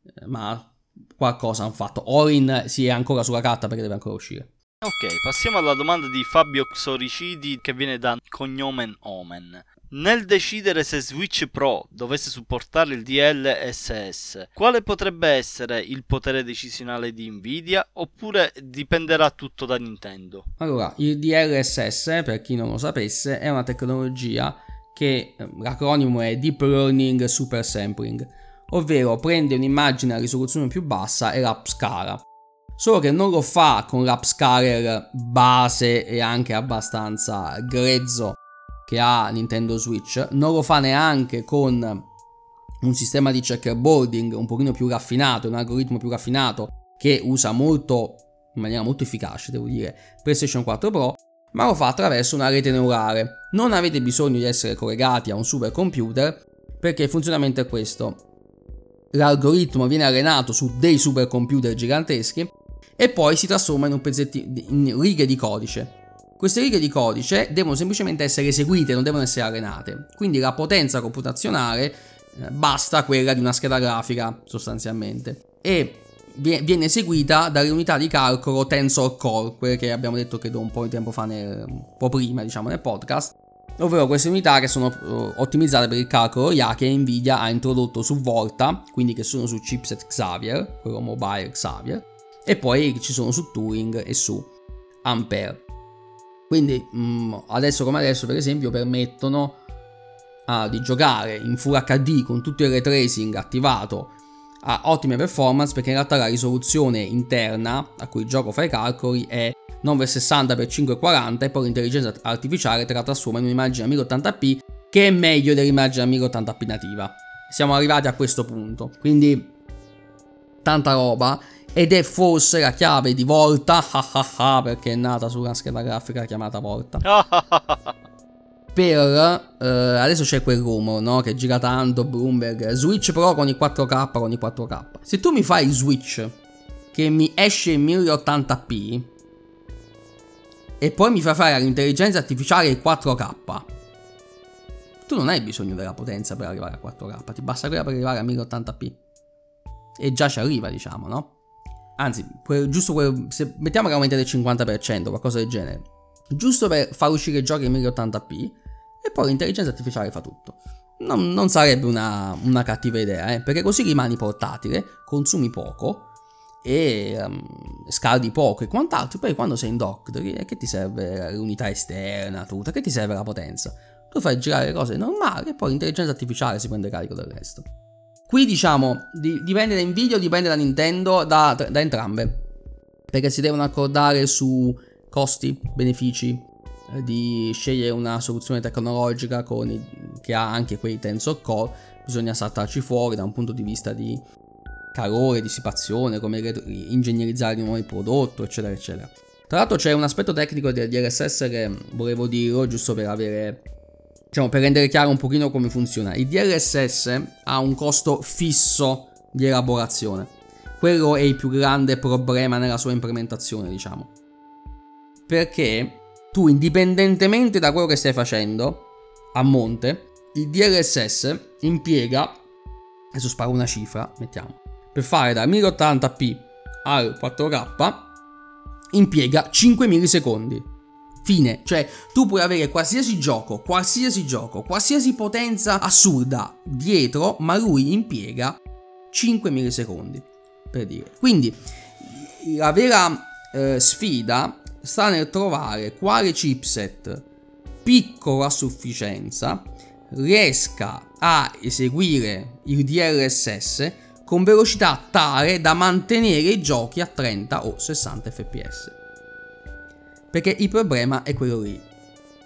ma qualcosa hanno fatto. Orin sì, è ancora sulla carta perché deve ancora uscire. Ok, passiamo alla domanda di Fabio Xoricidi che viene da Cognomen Omen. Nel decidere se Switch Pro dovesse supportare il D L S S, quale potrebbe essere il potere decisionale di Nvidia, oppure dipenderà tutto da Nintendo? Allora, il D L S S, per chi non lo sapesse, è una tecnologia che l'acronimo è Deep Learning Super Sampling, ovvero prende un'immagine a risoluzione più bassa e la upscala. Solo che non lo fa con l'upscaler base e anche abbastanza grezzo che ha Nintendo Switch, non lo fa neanche con un sistema di checkerboarding un pochino più raffinato, un algoritmo più raffinato che usa molto, in maniera molto efficace devo dire, PlayStation quattro Pro, ma lo fa attraverso una rete neurale. Non avete bisogno di essere collegati a un supercomputer perché il funzionamento è questo: l'algoritmo viene allenato su dei supercomputer giganteschi e poi si trasforma in un pezzettino, in righe di codice. Queste righe di codice devono semplicemente essere eseguite, non devono essere allenate. Quindi la potenza computazionale eh, basta quella di una scheda grafica sostanzialmente, e viene eseguita dalle unità di calcolo Tensor Core, quelle che abbiamo detto che do un po' di tempo fa, nel, un po' prima diciamo nel podcast, ovvero queste unità che sono uh, ottimizzate per il calcolo I A che Nvidia ha introdotto su Volta, quindi che sono su chipset Xavier, quello mobile Xavier, e poi ci sono su Turing e su Ampere. Quindi mh, adesso come adesso per esempio permettono ah, di giocare in Full H D con tutto il ray tracing attivato a ottime performance, perché in realtà la risoluzione interna a cui il gioco fa i calcoli è nove sessanta per cinquecentoquaranta e poi l'intelligenza artificiale te la trasforma in un'immagine a mille ottanta p che è meglio dell'immagine a mille ottanta p nativa. Siamo arrivati a questo punto, quindi tanta roba, ed è forse la chiave di volta perché è nata su una scheda grafica chiamata Volta. Per eh, adesso c'è quel rumor, no, che gira tanto, Bloomberg, Switch Pro con i quattro K, con i quattro K. Se tu mi fai il Switch che mi esce in mille ottanta p e poi mi fai fare l'intelligenza artificiale in quattro K, tu non hai bisogno della potenza per arrivare a quattro K, ti basta quella per arrivare a mille ottanta p e già ci arriva, diciamo, no? Anzi, quel, giusto quel, se mettiamo che aumenta del cinquanta per cento, qualcosa del genere, giusto per far uscire i giochi in mille ottanta p, e poi l'intelligenza artificiale fa tutto. Non, non sarebbe una, una cattiva idea, eh? Perché così rimani portatile, consumi poco e um, scaldi poco e quant'altro. Poi quando sei in dock, che ti serve l'unità esterna, tutta, che ti serve la potenza? Tu fai girare le cose normali e poi l'intelligenza artificiale si prende carico del resto. Qui diciamo di, dipende da Nvidia o dipende da Nintendo, da, da entrambe, perché si devono accordare su costi, benefici, eh, di scegliere una soluzione tecnologica con i, che ha anche quei Tensor Core. Bisogna saltarci fuori da un punto di vista di calore, dissipazione, come ingegnerizzare di nuovo il prodotto, eccetera eccetera. Tra l'altro c'è un aspetto tecnico del D L S S che volevo dirlo, giusto per avere, diciamo, per rendere chiaro un pochino come funziona. Il D L S S ha un costo fisso di elaborazione. Quello è il più grande problema nella sua implementazione, diciamo. Perché tu, indipendentemente da quello che stai facendo a monte, il D L S S impiega, adesso sparo una cifra, mettiamo, per fare da mille ottanta p al quattro K impiega cinque millisecondi. Fine. Cioè tu puoi avere qualsiasi gioco, qualsiasi gioco, qualsiasi potenza assurda dietro, ma lui impiega cinque millisecondi, per dire. Quindi la vera eh, sfida sta nel trovare quale chipset piccolo a sufficienza riesca a eseguire il D L S S con velocità tale da mantenere i giochi a trenta o sessanta F P S. Perché il problema è quello lì.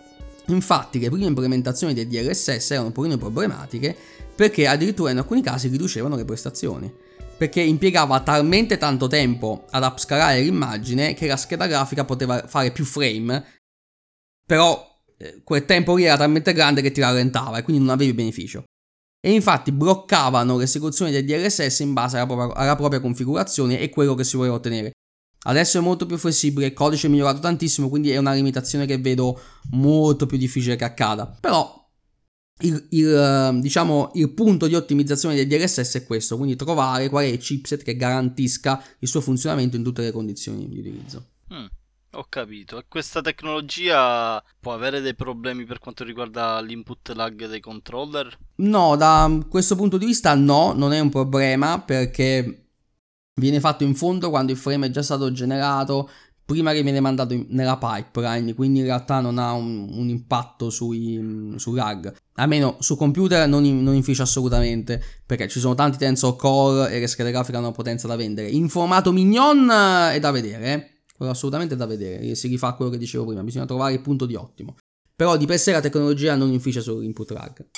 Infatti le prime implementazioni del D L S S erano un pochino problematiche, perché addirittura in alcuni casi riducevano le prestazioni, perché impiegava talmente tanto tempo ad upscalare l'immagine che la scheda grafica poteva fare più frame, però eh, quel tempo lì era talmente grande che ti rallentava e quindi non avevi beneficio. E infatti bloccavano l'esecuzione del D L S S in base alla propria, alla propria configurazione e quello che si voleva ottenere. Adesso è molto più flessibile, il codice è migliorato tantissimo, quindi è una limitazione che vedo molto più difficile che accada. Però il, il, diciamo, il punto di ottimizzazione del D L S S è questo, quindi trovare qual è il chipset che garantisca il suo funzionamento in tutte le condizioni di utilizzo. Mm, ho capito. E questa tecnologia può avere dei problemi per quanto riguarda l'input lag dei controller? No, da questo punto di vista no, non è un problema, perché viene fatto in fondo quando il frame è già stato generato, prima che viene mandato in, nella pipeline, quindi in realtà non ha un, un impatto sui, sul lag. Almeno su computer non, in, non inficia assolutamente, perché ci sono tanti tensor core e le schede grafiche hanno potenza da vendere. In formato mignon è da vedere, eh? Quello assolutamente è da vedere, si rifà quello che dicevo prima, bisogna trovare il punto di ottimo. Però di per sé la tecnologia non inficia sull'input lag.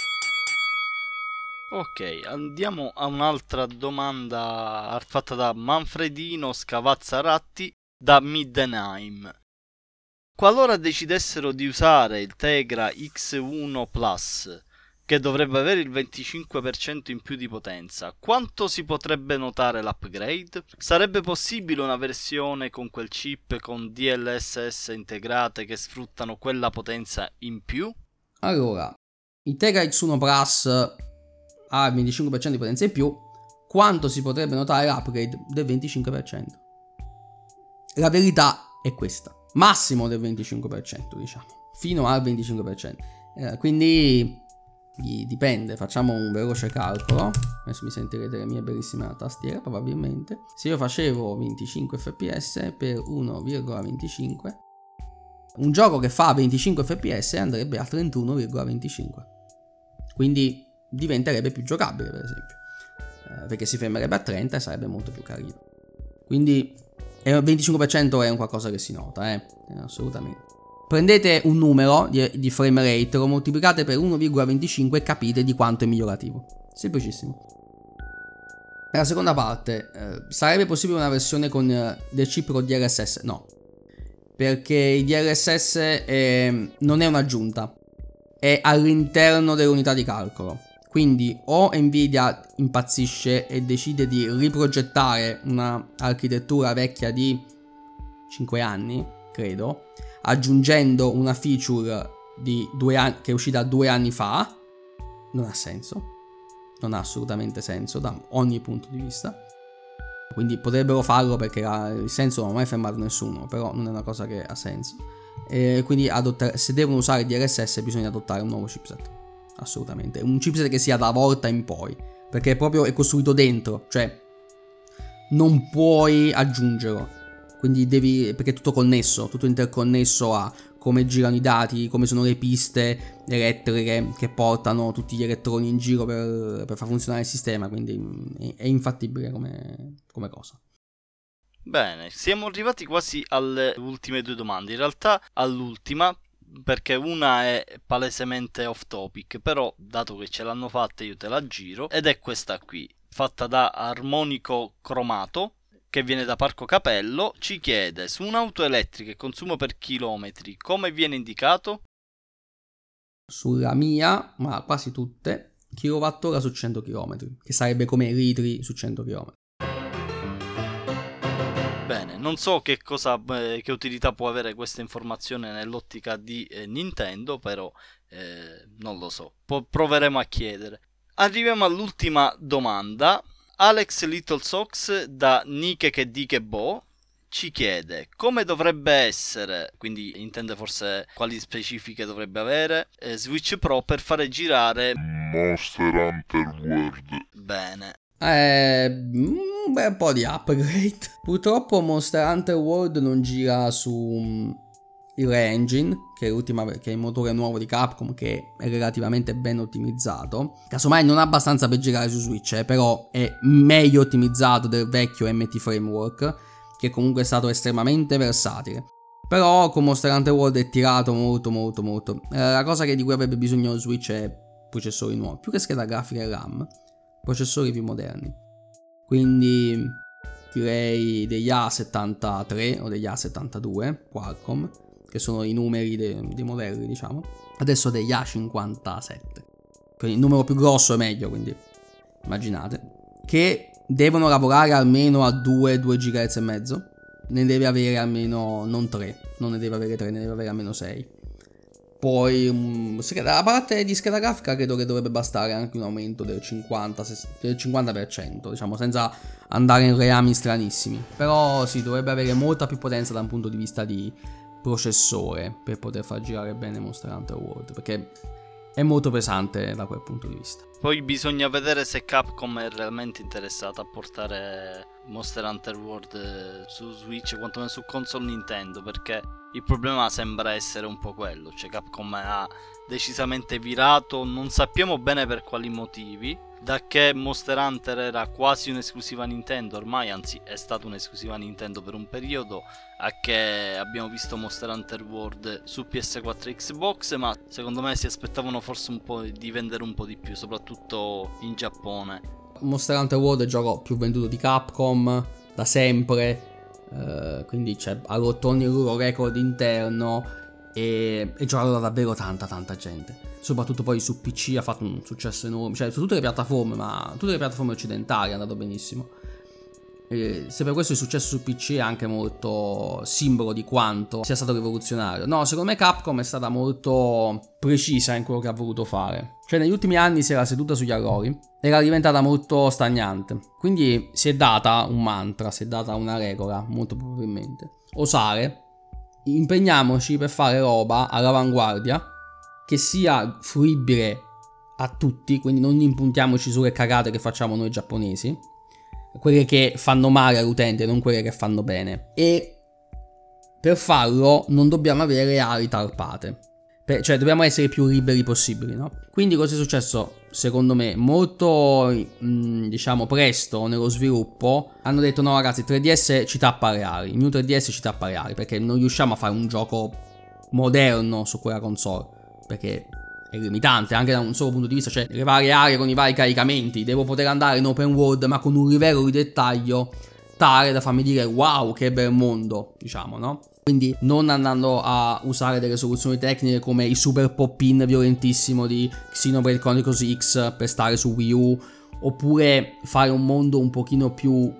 Ok, andiamo a un'altra domanda fatta da Manfredino Scavazzaratti da Middenheim. Qualora decidessero di usare il Tegra X uno Plus, che dovrebbe avere il venticinque per cento in più di potenza, quanto si potrebbe notare l'upgrade? Sarebbe possibile una versione con quel chip con D L S S integrate che sfruttano quella potenza in più? Allora, il Tegra X uno Plus ha il venticinque per cento di potenza in più, quanto si potrebbe notare l'upgrade? Del venticinque per cento. La verità è questa, massimo del venticinque per cento, diciamo, fino al venticinque per cento. Eh, quindi dipende, facciamo un veloce calcolo. Adesso mi sentirete le mie bellissime tastiere probabilmente. Se io facevo venticinque F P S per uno virgola venticinque, un gioco che fa venticinque F P S andrebbe a trentuno virgola venticinque, quindi diventerebbe più giocabile, per esempio, eh, perché si fermerebbe a trenta e sarebbe molto più carino. Quindi il venticinque per cento è un qualcosa che si nota, eh, assolutamente. Prendete un numero di, di frame rate, lo moltiplicate per uno virgola venticinque e capite di quanto è migliorativo. Semplicissimo. La seconda parte, eh, sarebbe possibile una versione con eh, del chip con D L S S? No, perché il D L S S è, non è un'aggiunta, è all'interno dell'unità di calcolo. Quindi o Nvidia impazzisce e decide di riprogettare una architettura vecchia di cinque anni, credo, aggiungendo una feature di due anni, che è uscita due anni fa, non ha senso, non ha assolutamente senso da ogni punto di vista. Quindi potrebbero farlo perché la, il senso non ha mai fermato nessuno, però non è una cosa che ha senso. E quindi adottare, se devono usare D L S S bisogna adottare un nuovo chipset. Assolutamente, un chipset che sia da volta in poi, perché proprio è costruito dentro, cioè non puoi aggiungerlo, quindi devi, perché è tutto connesso, tutto interconnesso a come girano i dati, come sono le piste elettriche che portano tutti gli elettroni in giro per, per far funzionare il sistema, quindi è, è infattibile come, come cosa. Bene, siamo arrivati quasi alle ultime due domande, in realtà all'ultima, perché una è palesemente off topic, però dato che ce l'hanno fatta io te la giro, ed è questa qui, fatta da Armonico Cromato, che viene da Parco Capello. Ci chiede: su un'auto elettrica il consumo per chilometri come viene indicato? Sulla mia, ma quasi tutte, kilowattora su cento chilometri, che sarebbe come litri su cento chilometri. Bene, non so che cosa, eh, che utilità può avere questa informazione nell'ottica di eh, Nintendo, però eh, non lo so, po- proveremo a chiedere. Arriviamo all'ultima domanda. Alex Little Sox da Nike che di che bo ci chiede come dovrebbe essere, quindi intende forse quali specifiche dovrebbe avere, eh, Switch Pro per fare girare Monster Hunter World. Bene. Eh, un bel po' di upgrade. Purtroppo Monster Hunter World non gira su um, il Re-Engine, che è, l'ultima, che è il motore nuovo di Capcom, che è relativamente ben ottimizzato. Casomai non abbastanza per girare su Switch, eh, però è meglio ottimizzato del vecchio M T Framework, che comunque è stato estremamente versatile. Però con Monster Hunter World è tirato molto molto molto. Eh, la cosa che di cui avrebbe bisogno Switch è processori nuovi, più che scheda grafica e RAM, processori più moderni. Quindi direi degli A settantatré o degli A settantadue Qualcomm, che sono i numeri dei, dei modelli, diciamo. Adesso degli A cinquantasette. Quindi il numero più grosso è meglio, quindi immaginate. Che devono lavorare almeno a due, due gigahertz e mezzo. Ne deve avere almeno, non tre, non ne deve avere tre, ne deve avere almeno sei. Poi um, la parte di scheda grafica credo che dovrebbe bastare anche un aumento del cinquanta, del cinquanta per cento, diciamo, senza andare in reami stranissimi. Però sì, dovrebbe avere molta più potenza da un punto di vista di processore per poter far girare bene Monster Hunter World, perché è molto pesante da quel punto di vista. Poi bisogna vedere se Capcom è realmente interessata a portare Monster Hunter World su Switch, quantomeno su console Nintendo, perché il problema sembra essere un po' quello, cioè Capcom ha decisamente virato, non sappiamo bene per quali motivi, da che Monster Hunter era quasi un'esclusiva Nintendo, ormai anzi è stata un'esclusiva Nintendo per un periodo, a che abbiamo visto Monster Hunter World su P S quattro e Xbox, ma secondo me si aspettavano forse un po' di vendere un po' di più, soprattutto in Giappone. Monster Hunter World è il gioco più venduto di Capcom da sempre, eh, quindi cioè, ha rotto ogni loro record interno e è giocato da davvero tanta tanta gente, soprattutto poi su P C ha fatto un successo enorme, cioè su tutte le piattaforme, ma tutte le piattaforme occidentali è andato benissimo. E se per questo il successo su P C è anche molto simbolo di quanto sia stato rivoluzionario. No, secondo me Capcom è stata molto precisa in quello che ha voluto fare. Cioè negli ultimi anni si era seduta sugli allori, era diventata molto stagnante, quindi si è data un mantra, si è data una regola, molto probabilmente: osare, impegniamoci per fare roba all'avanguardia che sia fruibile a tutti, quindi non impuntiamoci sulle cagate che facciamo noi giapponesi, quelle che fanno male all'utente, non quelle che fanno bene. E per farlo non dobbiamo avere ali tarpate, per, cioè dobbiamo essere più liberi possibili, no? Quindi cosa è successo? Secondo me molto mh, diciamo presto nello sviluppo hanno detto: no ragazzi, tre D S ci tappa le ali, il mio tre D S ci tappa le ali, perché non riusciamo a fare un gioco moderno su quella console, perché è limitante anche da un solo punto di vista, cioè le varie aree con i vari caricamenti, devo poter andare in open world ma con un livello di dettaglio tale da farmi dire wow che bel mondo, diciamo, no? Quindi non andando a usare delle soluzioni tecniche come il super pop-in violentissimo di Xenoblade Chronicles X per stare su Wii U, oppure fare un mondo un pochino più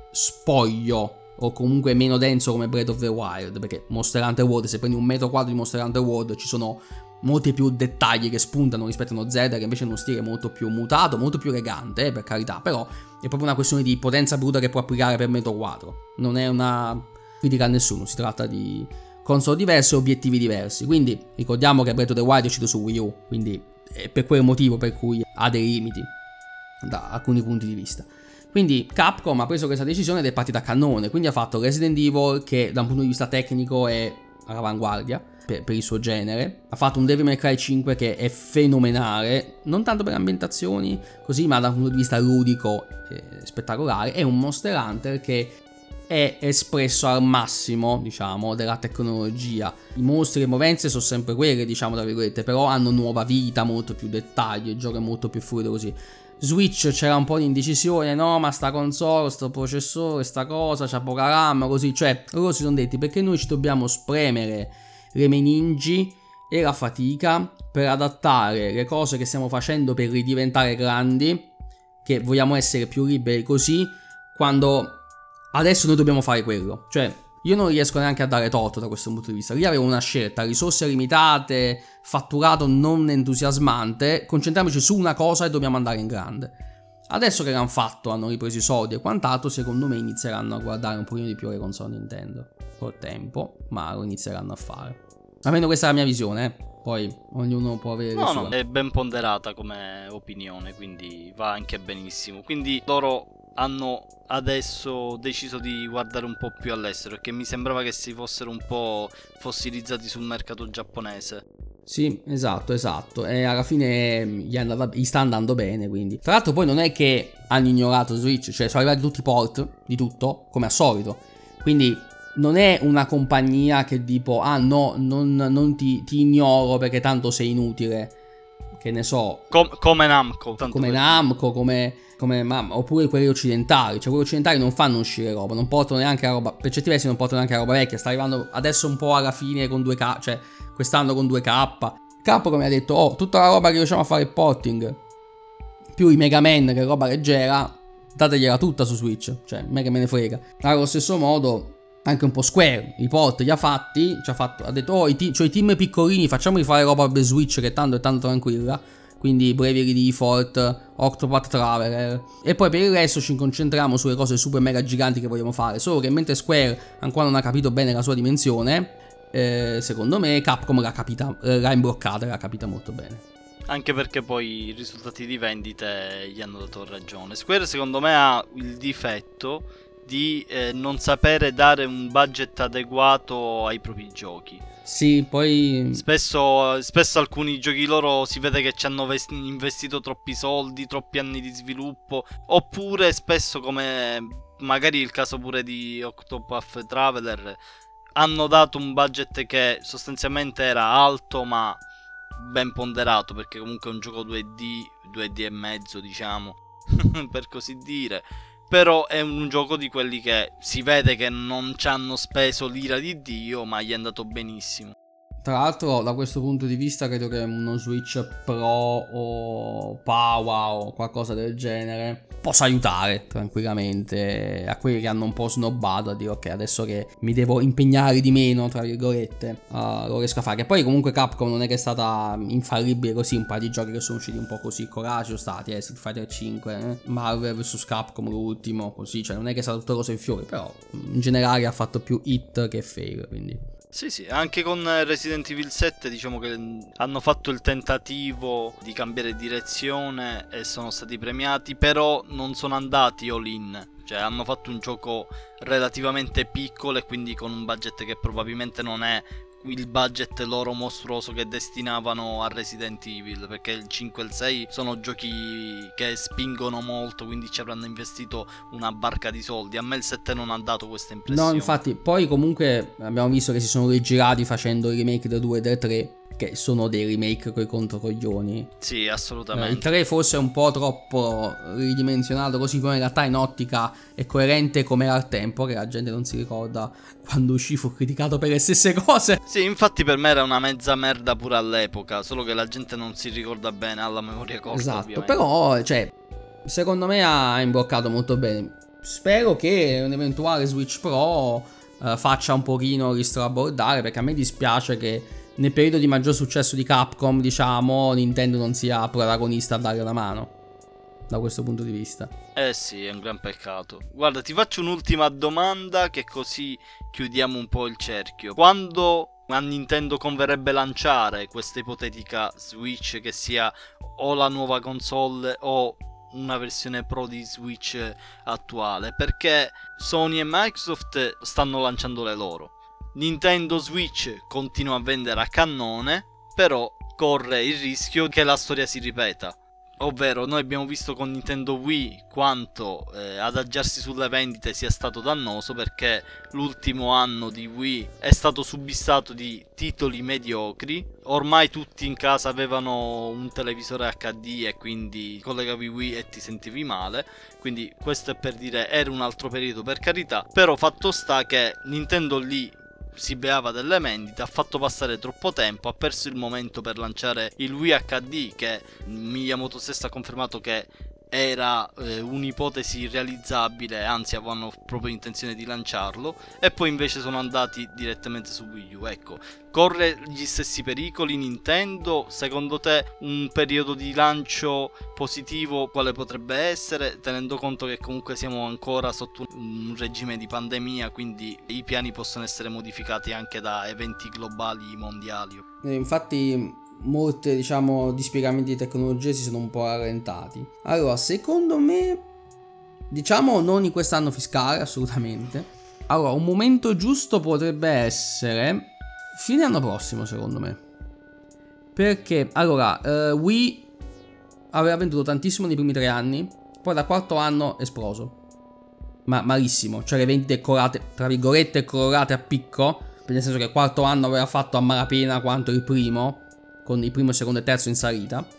spoglio o comunque meno denso come Breath of the Wild, perché Monster Hunter World, se prendi un metro quadro di Monster Hunter World ci sono molti più dettagli che spuntano rispetto a uno Zelda, che invece è uno stile molto più mutato, molto più elegante, eh, per carità, però è proprio una questione di potenza bruta che può applicare per metro quadro, non è una critica a nessuno, si tratta di console diverse e obiettivi diversi. Quindi ricordiamo che Breath of the Wild è uscito su Wii U, quindi è per quel motivo per cui ha dei limiti da alcuni punti di vista. Quindi Capcom ha preso questa decisione ed è partita a cannone, quindi ha fatto Resident Evil, che da un punto di vista tecnico è all'avanguardia per, per il suo genere, ha fatto un Devil May Cry cinque che è fenomenale, non tanto per ambientazioni così, ma da un punto di vista ludico eh, spettacolare, e un Monster Hunter che è espresso al massimo, diciamo, della tecnologia. I mostri e le movenze sono sempre quelle, diciamo, tra virgolette, però hanno nuova vita, molto più dettaglio, il gioco è molto più fluido così. Switch c'era un po' di indecisione, no, ma sta console, sto processore, sta cosa, c'ha poca RAM, così, cioè loro si sono detti: perché noi ci dobbiamo spremere le meningi e la fatica per adattare le cose che stiamo facendo per ridiventare grandi, che vogliamo essere più liberi così, quando adesso noi dobbiamo fare quello. Cioè io non riesco neanche a dare torto da questo punto di vista. Lì avevo una scelta: risorse limitate, fatturato non entusiasmante, concentriamoci su una cosa e dobbiamo andare in grande. Adesso che l'hanno fatto, hanno ripreso i soldi e quant'altro, secondo me inizieranno a guardare un pochino di più le console Nintendo col tempo, ma lo inizieranno a fare. Almeno questa è la mia visione, eh. Poi ognuno può avere no, le sue. No, è ben ponderata come opinione, quindi va anche benissimo. Quindi loro hanno adesso deciso di guardare un po' più all'estero, perché mi sembrava che si fossero un po' fossilizzati sul mercato giapponese. Sì, esatto, esatto. E alla fine gli, è andata, gli sta andando bene, quindi. Tra l'altro poi non è che hanno ignorato Switch, cioè sono arrivati tutti i port di tutto, come al solito. Quindi non è una compagnia che tipo, ah no, non, non ti, ti ignoro perché tanto sei inutile, che ne so, Com- come Namco, tanto come per Namco, come, come ma, oppure quelli occidentali. Cioè quelli occidentali non fanno uscire roba, non portano neanche la roba, per certi versi non portano neanche la roba vecchia, sta arrivando adesso un po' alla fine con due K, cioè quest'anno con due K. Capcom mi ha detto, oh, tutta la roba che riusciamo a fare il porting, più i Mega Man, che è roba leggera, dategliela tutta su Switch, cioè mega me ne frega. Allo stesso modo anche un po' Square, i port li ha fatti, ci ha, fatto, ha detto, oh, i, te- cioè, i team piccolini facciamoli fare roba per Switch che tanto è tanto tranquilla, quindi Bravely Default, Octopath Traveler, e poi per il resto ci concentriamo sulle cose super mega giganti che vogliamo fare. Solo che mentre Square ancora non ha capito bene la sua dimensione, eh, secondo me Capcom l'ha capita, l'ha imbroccata e l'ha capita molto bene. Anche perché poi i risultati di vendite gli hanno dato ragione. Square secondo me ha il difetto di eh, non sapere dare un budget adeguato ai propri giochi. Sì, poi Spesso, spesso alcuni giochi loro si vede che ci hanno vest- investito troppi soldi, troppi anni di sviluppo, oppure spesso, come magari il caso pure di Octopath Traveler, hanno dato un budget che sostanzialmente era alto ma ben ponderato, perché comunque è un gioco due D, due D e mezzo, diciamo, per così dire. Però è un gioco di quelli che si vede che non ci hanno speso l'ira di Dio, ma gli è andato benissimo. tra l'altro da questo punto di vista credo che uno Switch Pro o Power o qualcosa del genere possa aiutare tranquillamente a quelli che hanno un po' snobbato a dire ok, adesso che mi devo impegnare di meno tra virgolette uh, lo riesco a fare. Che poi comunque Capcom non è che è stata infallibile così, un paio di giochi che sono usciti un po' così, coraggio sono stati eh, Street Fighter cinque, eh, Marvel versus. Capcom l'ultimo, così, cioè non è che è stato tutte cose in fiori, però in generale ha fatto più hit che fail, quindi Sì, sì, anche con Resident Evil sette diciamo che hanno fatto il tentativo di cambiare direzione e sono stati premiati, però non sono andati all in, cioè hanno fatto un gioco relativamente piccolo e quindi con un budget che probabilmente non è il budget loro mostruoso che destinavano a Resident Evil, perché il cinque e il sei sono giochi che spingono molto, quindi ci avranno investito una barca di soldi. A me il sette non ha dato questa impressione. no, infatti, poi comunque abbiamo visto che si sono rigirati facendo i remake del due e del tre, che sono dei remake coi controcoglioni. Sì, assolutamente. Eh, il tre forse è un po' troppo ridimensionato, così come in realtà in ottica è coerente come era al tempo, che la gente non si ricorda quando uscì, fu criticato per le stesse cose. Sì, infatti per me era una mezza merda pure all'epoca, solo che la gente non si ricorda bene, ha la memoria corta. Esatto, ovviamente. però, cioè, secondo me ha imbloccato molto bene. Spero che un eventuale Switch Pro eh, faccia un pochino ristrabordare, perché a me dispiace che nel periodo di maggior successo di Capcom, diciamo, Nintendo non sia protagonista a dare una mano, da questo punto di vista. Eh sì, è un gran peccato. Guarda, ti faccio un'ultima domanda che così chiudiamo un po' il cerchio. Quando a Nintendo converrebbe lanciare questa ipotetica Switch, che sia o la nuova console o una versione Pro di Switch attuale? Perché Sony e Microsoft stanno lanciando le loro. Nintendo Switch continua a vendere a cannone, però corre il rischio che la storia si ripeta. Ovvero, noi abbiamo visto con Nintendo Wii quanto eh, adagiarsi sulle vendite sia stato dannoso, perché l'ultimo anno di Wii è stato subissato di titoli mediocri. Ormai tutti in casa avevano un televisore acca di e quindi collegavi Wii e ti sentivi male. Quindi questo è per dire, era un altro periodo, per carità. Però fatto sta che Nintendo lì si beava delle vendite, ha fatto passare troppo tempo, ha perso il momento per lanciare il Wii acca di, che Miyamoto stesso ha confermato che era eh, un'ipotesi realizzabile, anzi avevano proprio intenzione di lanciarlo, e poi invece sono andati direttamente su Wii U. Ecco, corre gli stessi pericoli Nintendo? Secondo te un periodo di lancio positivo quale potrebbe essere, tenendo conto che comunque siamo ancora sotto un regime di pandemia, quindi i piani possono essere modificati anche da eventi globali mondiali? E infatti molte, diciamo, dispiegamenti di tecnologie si sono un po' rallentati. Allora, secondo me, diciamo non in quest'anno fiscale, assolutamente. Allora, un momento giusto potrebbe essere fine anno prossimo, secondo me. Perché, allora, eh, Wii aveva venduto tantissimo nei primi tre anni, poi dal quarto anno è esploso. ma malissimo, cioè le vendite colorate, tra virgolette, colorate a picco, nel senso che il quarto anno aveva fatto a malapena quanto il primo, con il primo, secondo e terzo in salita,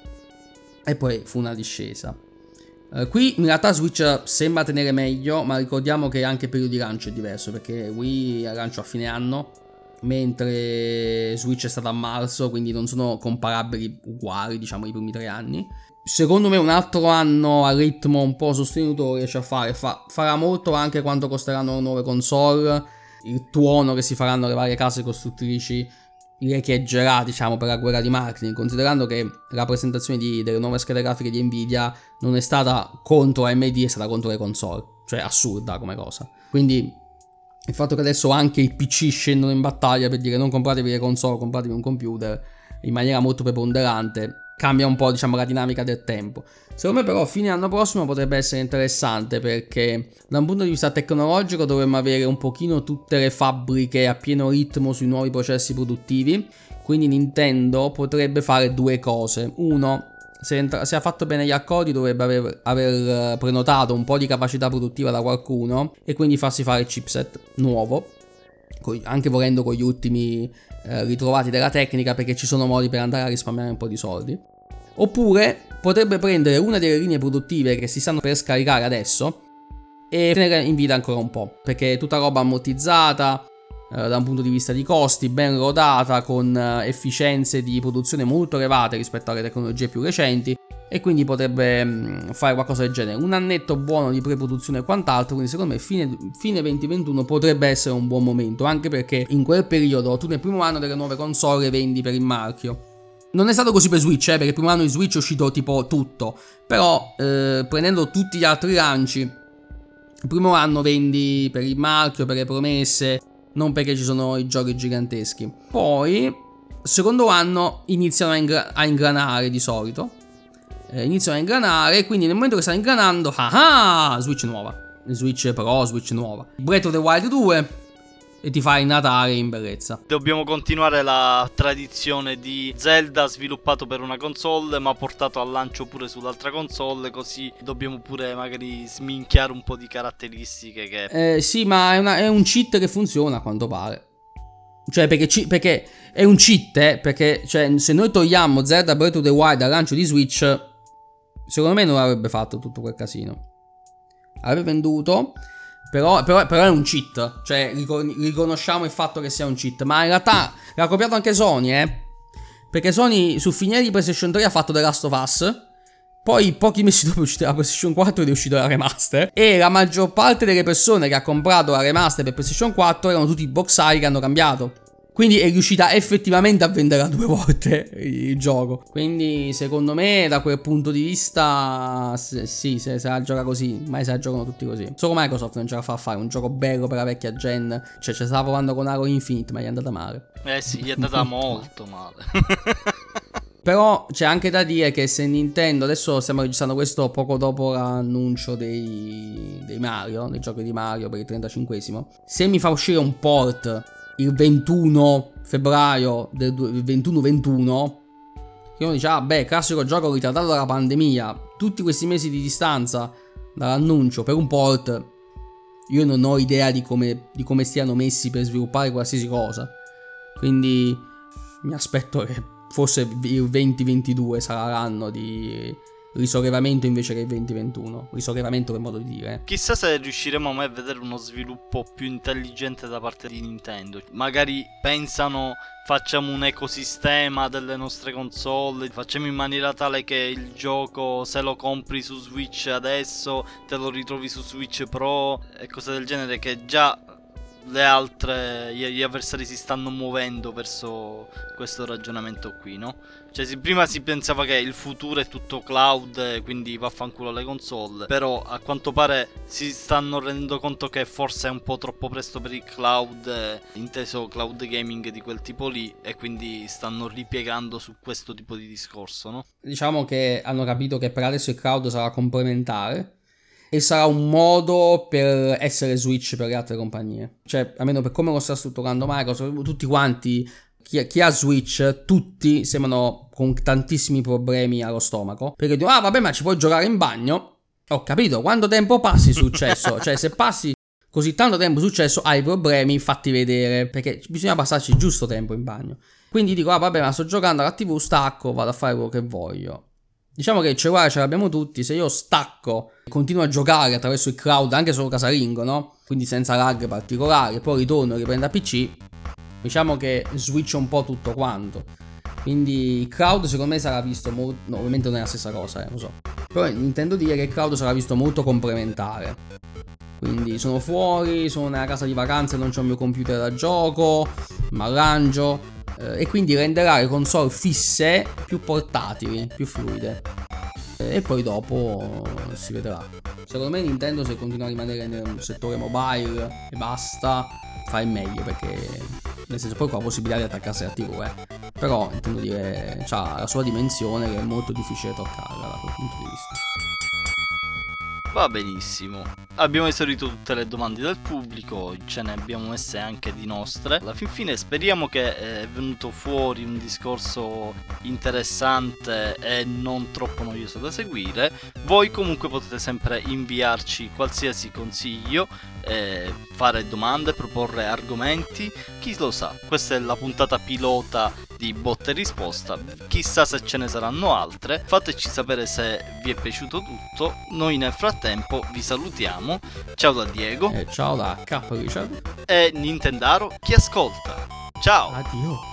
e poi fu una discesa. Uh, qui in realtà Switch sembra tenere meglio, ma ricordiamo che anche il periodo di lancio è diverso, perché Wii lancio a fine anno, mentre Switch è stato a marzo, quindi non sono comparabili uguali, diciamo, i primi tre anni. Secondo me un altro anno a ritmo un po' sostenuto riesce a fare, Fa, farà molto anche quanto costeranno le nuove console, il tuono che si faranno le varie case costruttrici, riecheggerà, diciamo, per la guerra di marketing, considerando che la presentazione di, delle nuove schede grafiche di Nvidia non è stata contro A M D, è stata contro le console, cioè assurda come cosa. Quindi il fatto che adesso anche i P C scendono in battaglia per dire non compratevi le console, compratevi un computer, in maniera molto preponderante, cambia un po', diciamo, la dinamica del tempo. Secondo me però fine anno prossimo potrebbe essere interessante, perché da un punto di vista tecnologico dovremmo avere un pochino tutte le fabbriche a pieno ritmo sui nuovi processi produttivi, quindi Nintendo potrebbe fare due cose. Uno, se, entra- se ha fatto bene gli accordi dovrebbe aver, aver prenotato un po' di capacità produttiva da qualcuno e quindi farsi fare il chipset nuovo, anche volendo con gli ultimi eh, ritrovati della tecnica, perché ci sono modi per andare a risparmiare un po' di soldi. Oppure potrebbe prendere una delle linee produttive che si stanno per scaricare adesso e tenere in vita ancora un po', perché è tutta roba ammortizzata eh, da un punto di vista di costi, ben rodata, con eh, efficienze di produzione molto elevate rispetto alle tecnologie più recenti, e quindi potrebbe mh, fare qualcosa del genere. Un annetto buono di pre-produzione e quant'altro, quindi secondo me fine, fine duemilaventuno potrebbe essere un buon momento, anche perché in quel periodo tu nel primo anno delle nuove console vendi per il marchio. Non è stato così per Switch, eh, perché il primo anno di Switch è uscito tipo tutto, però eh, prendendo tutti gli altri lanci, il primo anno vendi per il marchio, per le promesse, non perché ci sono i giochi giganteschi. Poi, secondo anno iniziano a, ingra- a ingranare di solito, eh, iniziano a ingranare, quindi nel momento che stanno ingranando, ah ah, Switch nuova, Switch Pro, Switch nuova, Breath of the Wild due, e ti fai natare in bellezza. Dobbiamo continuare la tradizione di Zelda sviluppato per una console ma portato al lancio pure sull'altra console, così dobbiamo pure magari sminchiare un po' di caratteristiche che... Eh sì, ma è, una, è un cheat che funziona a quanto pare. Cioè perché, ci, perché è un cheat, eh, perché cioè, se noi togliamo Zelda Breath of the Wild dal lancio di Switch, secondo me non avrebbe fatto tutto quel casino. Avrebbe venduto... Però, però, però è un cheat, cioè riconosciamo il fatto che sia un cheat, ma in realtà l'ha copiato anche Sony, eh, perché Sony sul finire di PlayStation tre ha fatto The Last of Us, poi pochi mesi dopo è uscita la PlayStation quattro ed è uscita la remaster, e la maggior parte delle persone che ha comprato la remaster per PlayStation quattro erano tutti boxari che hanno cambiato. Quindi è riuscita effettivamente a vendere due volte il gioco. Quindi secondo me da quel punto di vista sì, se, se la gioca così, mai se la giocano tutti così. Solo Microsoft non ce la fa a fare un gioco bello per la vecchia gen. Cioè ci stava provando con Halo Infinite, ma gli è andata male. Eh sì, gli è andata molto male. Però c'è anche da dire che se Nintendo, adesso stiamo registrando questo poco dopo l'annuncio dei, dei Mario, dei giochi di Mario per il trentacinquesimo, se mi fa uscire un port il ventuno febbraio del ventuno ventuno, che uno dice ah beh, classico gioco ritardato dalla pandemia, tutti questi mesi di distanza dall'annuncio per un port, io non ho idea di come, di come stiano messi per sviluppare qualsiasi cosa, quindi mi aspetto che forse il venti ventidue sarà l'anno di risollevamento invece che il venti ventuno, risollevamento per modo di dire. Chissà se riusciremo mai a vedere uno sviluppo più intelligente da parte di Nintendo. Magari pensano facciamo un ecosistema delle nostre console, facciamo in maniera tale che il gioco se lo compri su Switch adesso te lo ritrovi su Switch Pro e cose del genere, che già le altre, gli avversari si stanno muovendo verso questo ragionamento qui, no? Cioè si, prima si pensava che il futuro è tutto cloud, quindi vaffanculo le console, però a quanto pare si stanno rendendo conto che forse è un po' troppo presto per il cloud, eh, inteso cloud gaming di quel tipo lì, e quindi stanno ripiegando su questo tipo di discorso, no? Diciamo che hanno capito che per adesso il cloud sarà complementare e sarà un modo per essere Switch per le altre compagnie. Cioè, almeno per come lo sta strutturando Microsoft, tutti quanti, chi, chi ha Switch, tutti sembrano con tantissimi problemi allo stomaco, perché dicono, ah vabbè, ma ci puoi giocare in bagno? Ho capito, quanto tempo passi successo? Cioè, se passi così tanto tempo successo, hai problemi, fatti vedere, perché bisogna passarci giusto tempo in bagno. Quindi dico, ah vabbè, ma sto giocando alla tivù, stacco, vado a fare quello che voglio. Diciamo che il cellulare ce l'abbiamo tutti, se io stacco, continuo a giocare attraverso il cloud, anche solo casalingo, no? Quindi senza lag particolari, poi ritorno, riprendo a P C, diciamo che switcho un po' tutto quanto. Quindi il cloud secondo me sarà visto molto, no, ovviamente non è la stessa cosa, eh, lo so. Però intendo dire che il cloud sarà visto molto complementare. Quindi sono fuori, sono nella casa di vacanza e non c'ho il mio computer da gioco, mi arrangio, eh, e quindi renderà le console fisse più portatili, più fluide. Eh, e poi dopo si vedrà. Secondo me Nintendo, se continua a rimanere nel settore mobile e basta, fa il meglio, perché nel senso poi con la possibilità di attaccarsi alla tivù, eh. Però intendo dire, c'ha la sua dimensione che è molto difficile toccarla da quel punto di vista. Va benissimo, abbiamo esaurito tutte le domande del pubblico, ce ne abbiamo messe anche di nostre. Alla fin fine speriamo che è venuto fuori un discorso interessante e non troppo noioso da seguire. Voi comunque potete sempre inviarci qualsiasi consiglio, eh, fare domande, proporre argomenti, chi lo sa, questa è la puntata pilota di botta e risposta, chissà se ce ne saranno altre. Fateci sapere se vi è piaciuto tutto. Noi nel frattempo vi salutiamo, ciao da Diego e ciao da K Richard e Nintendaro chi ascolta, ciao. addio.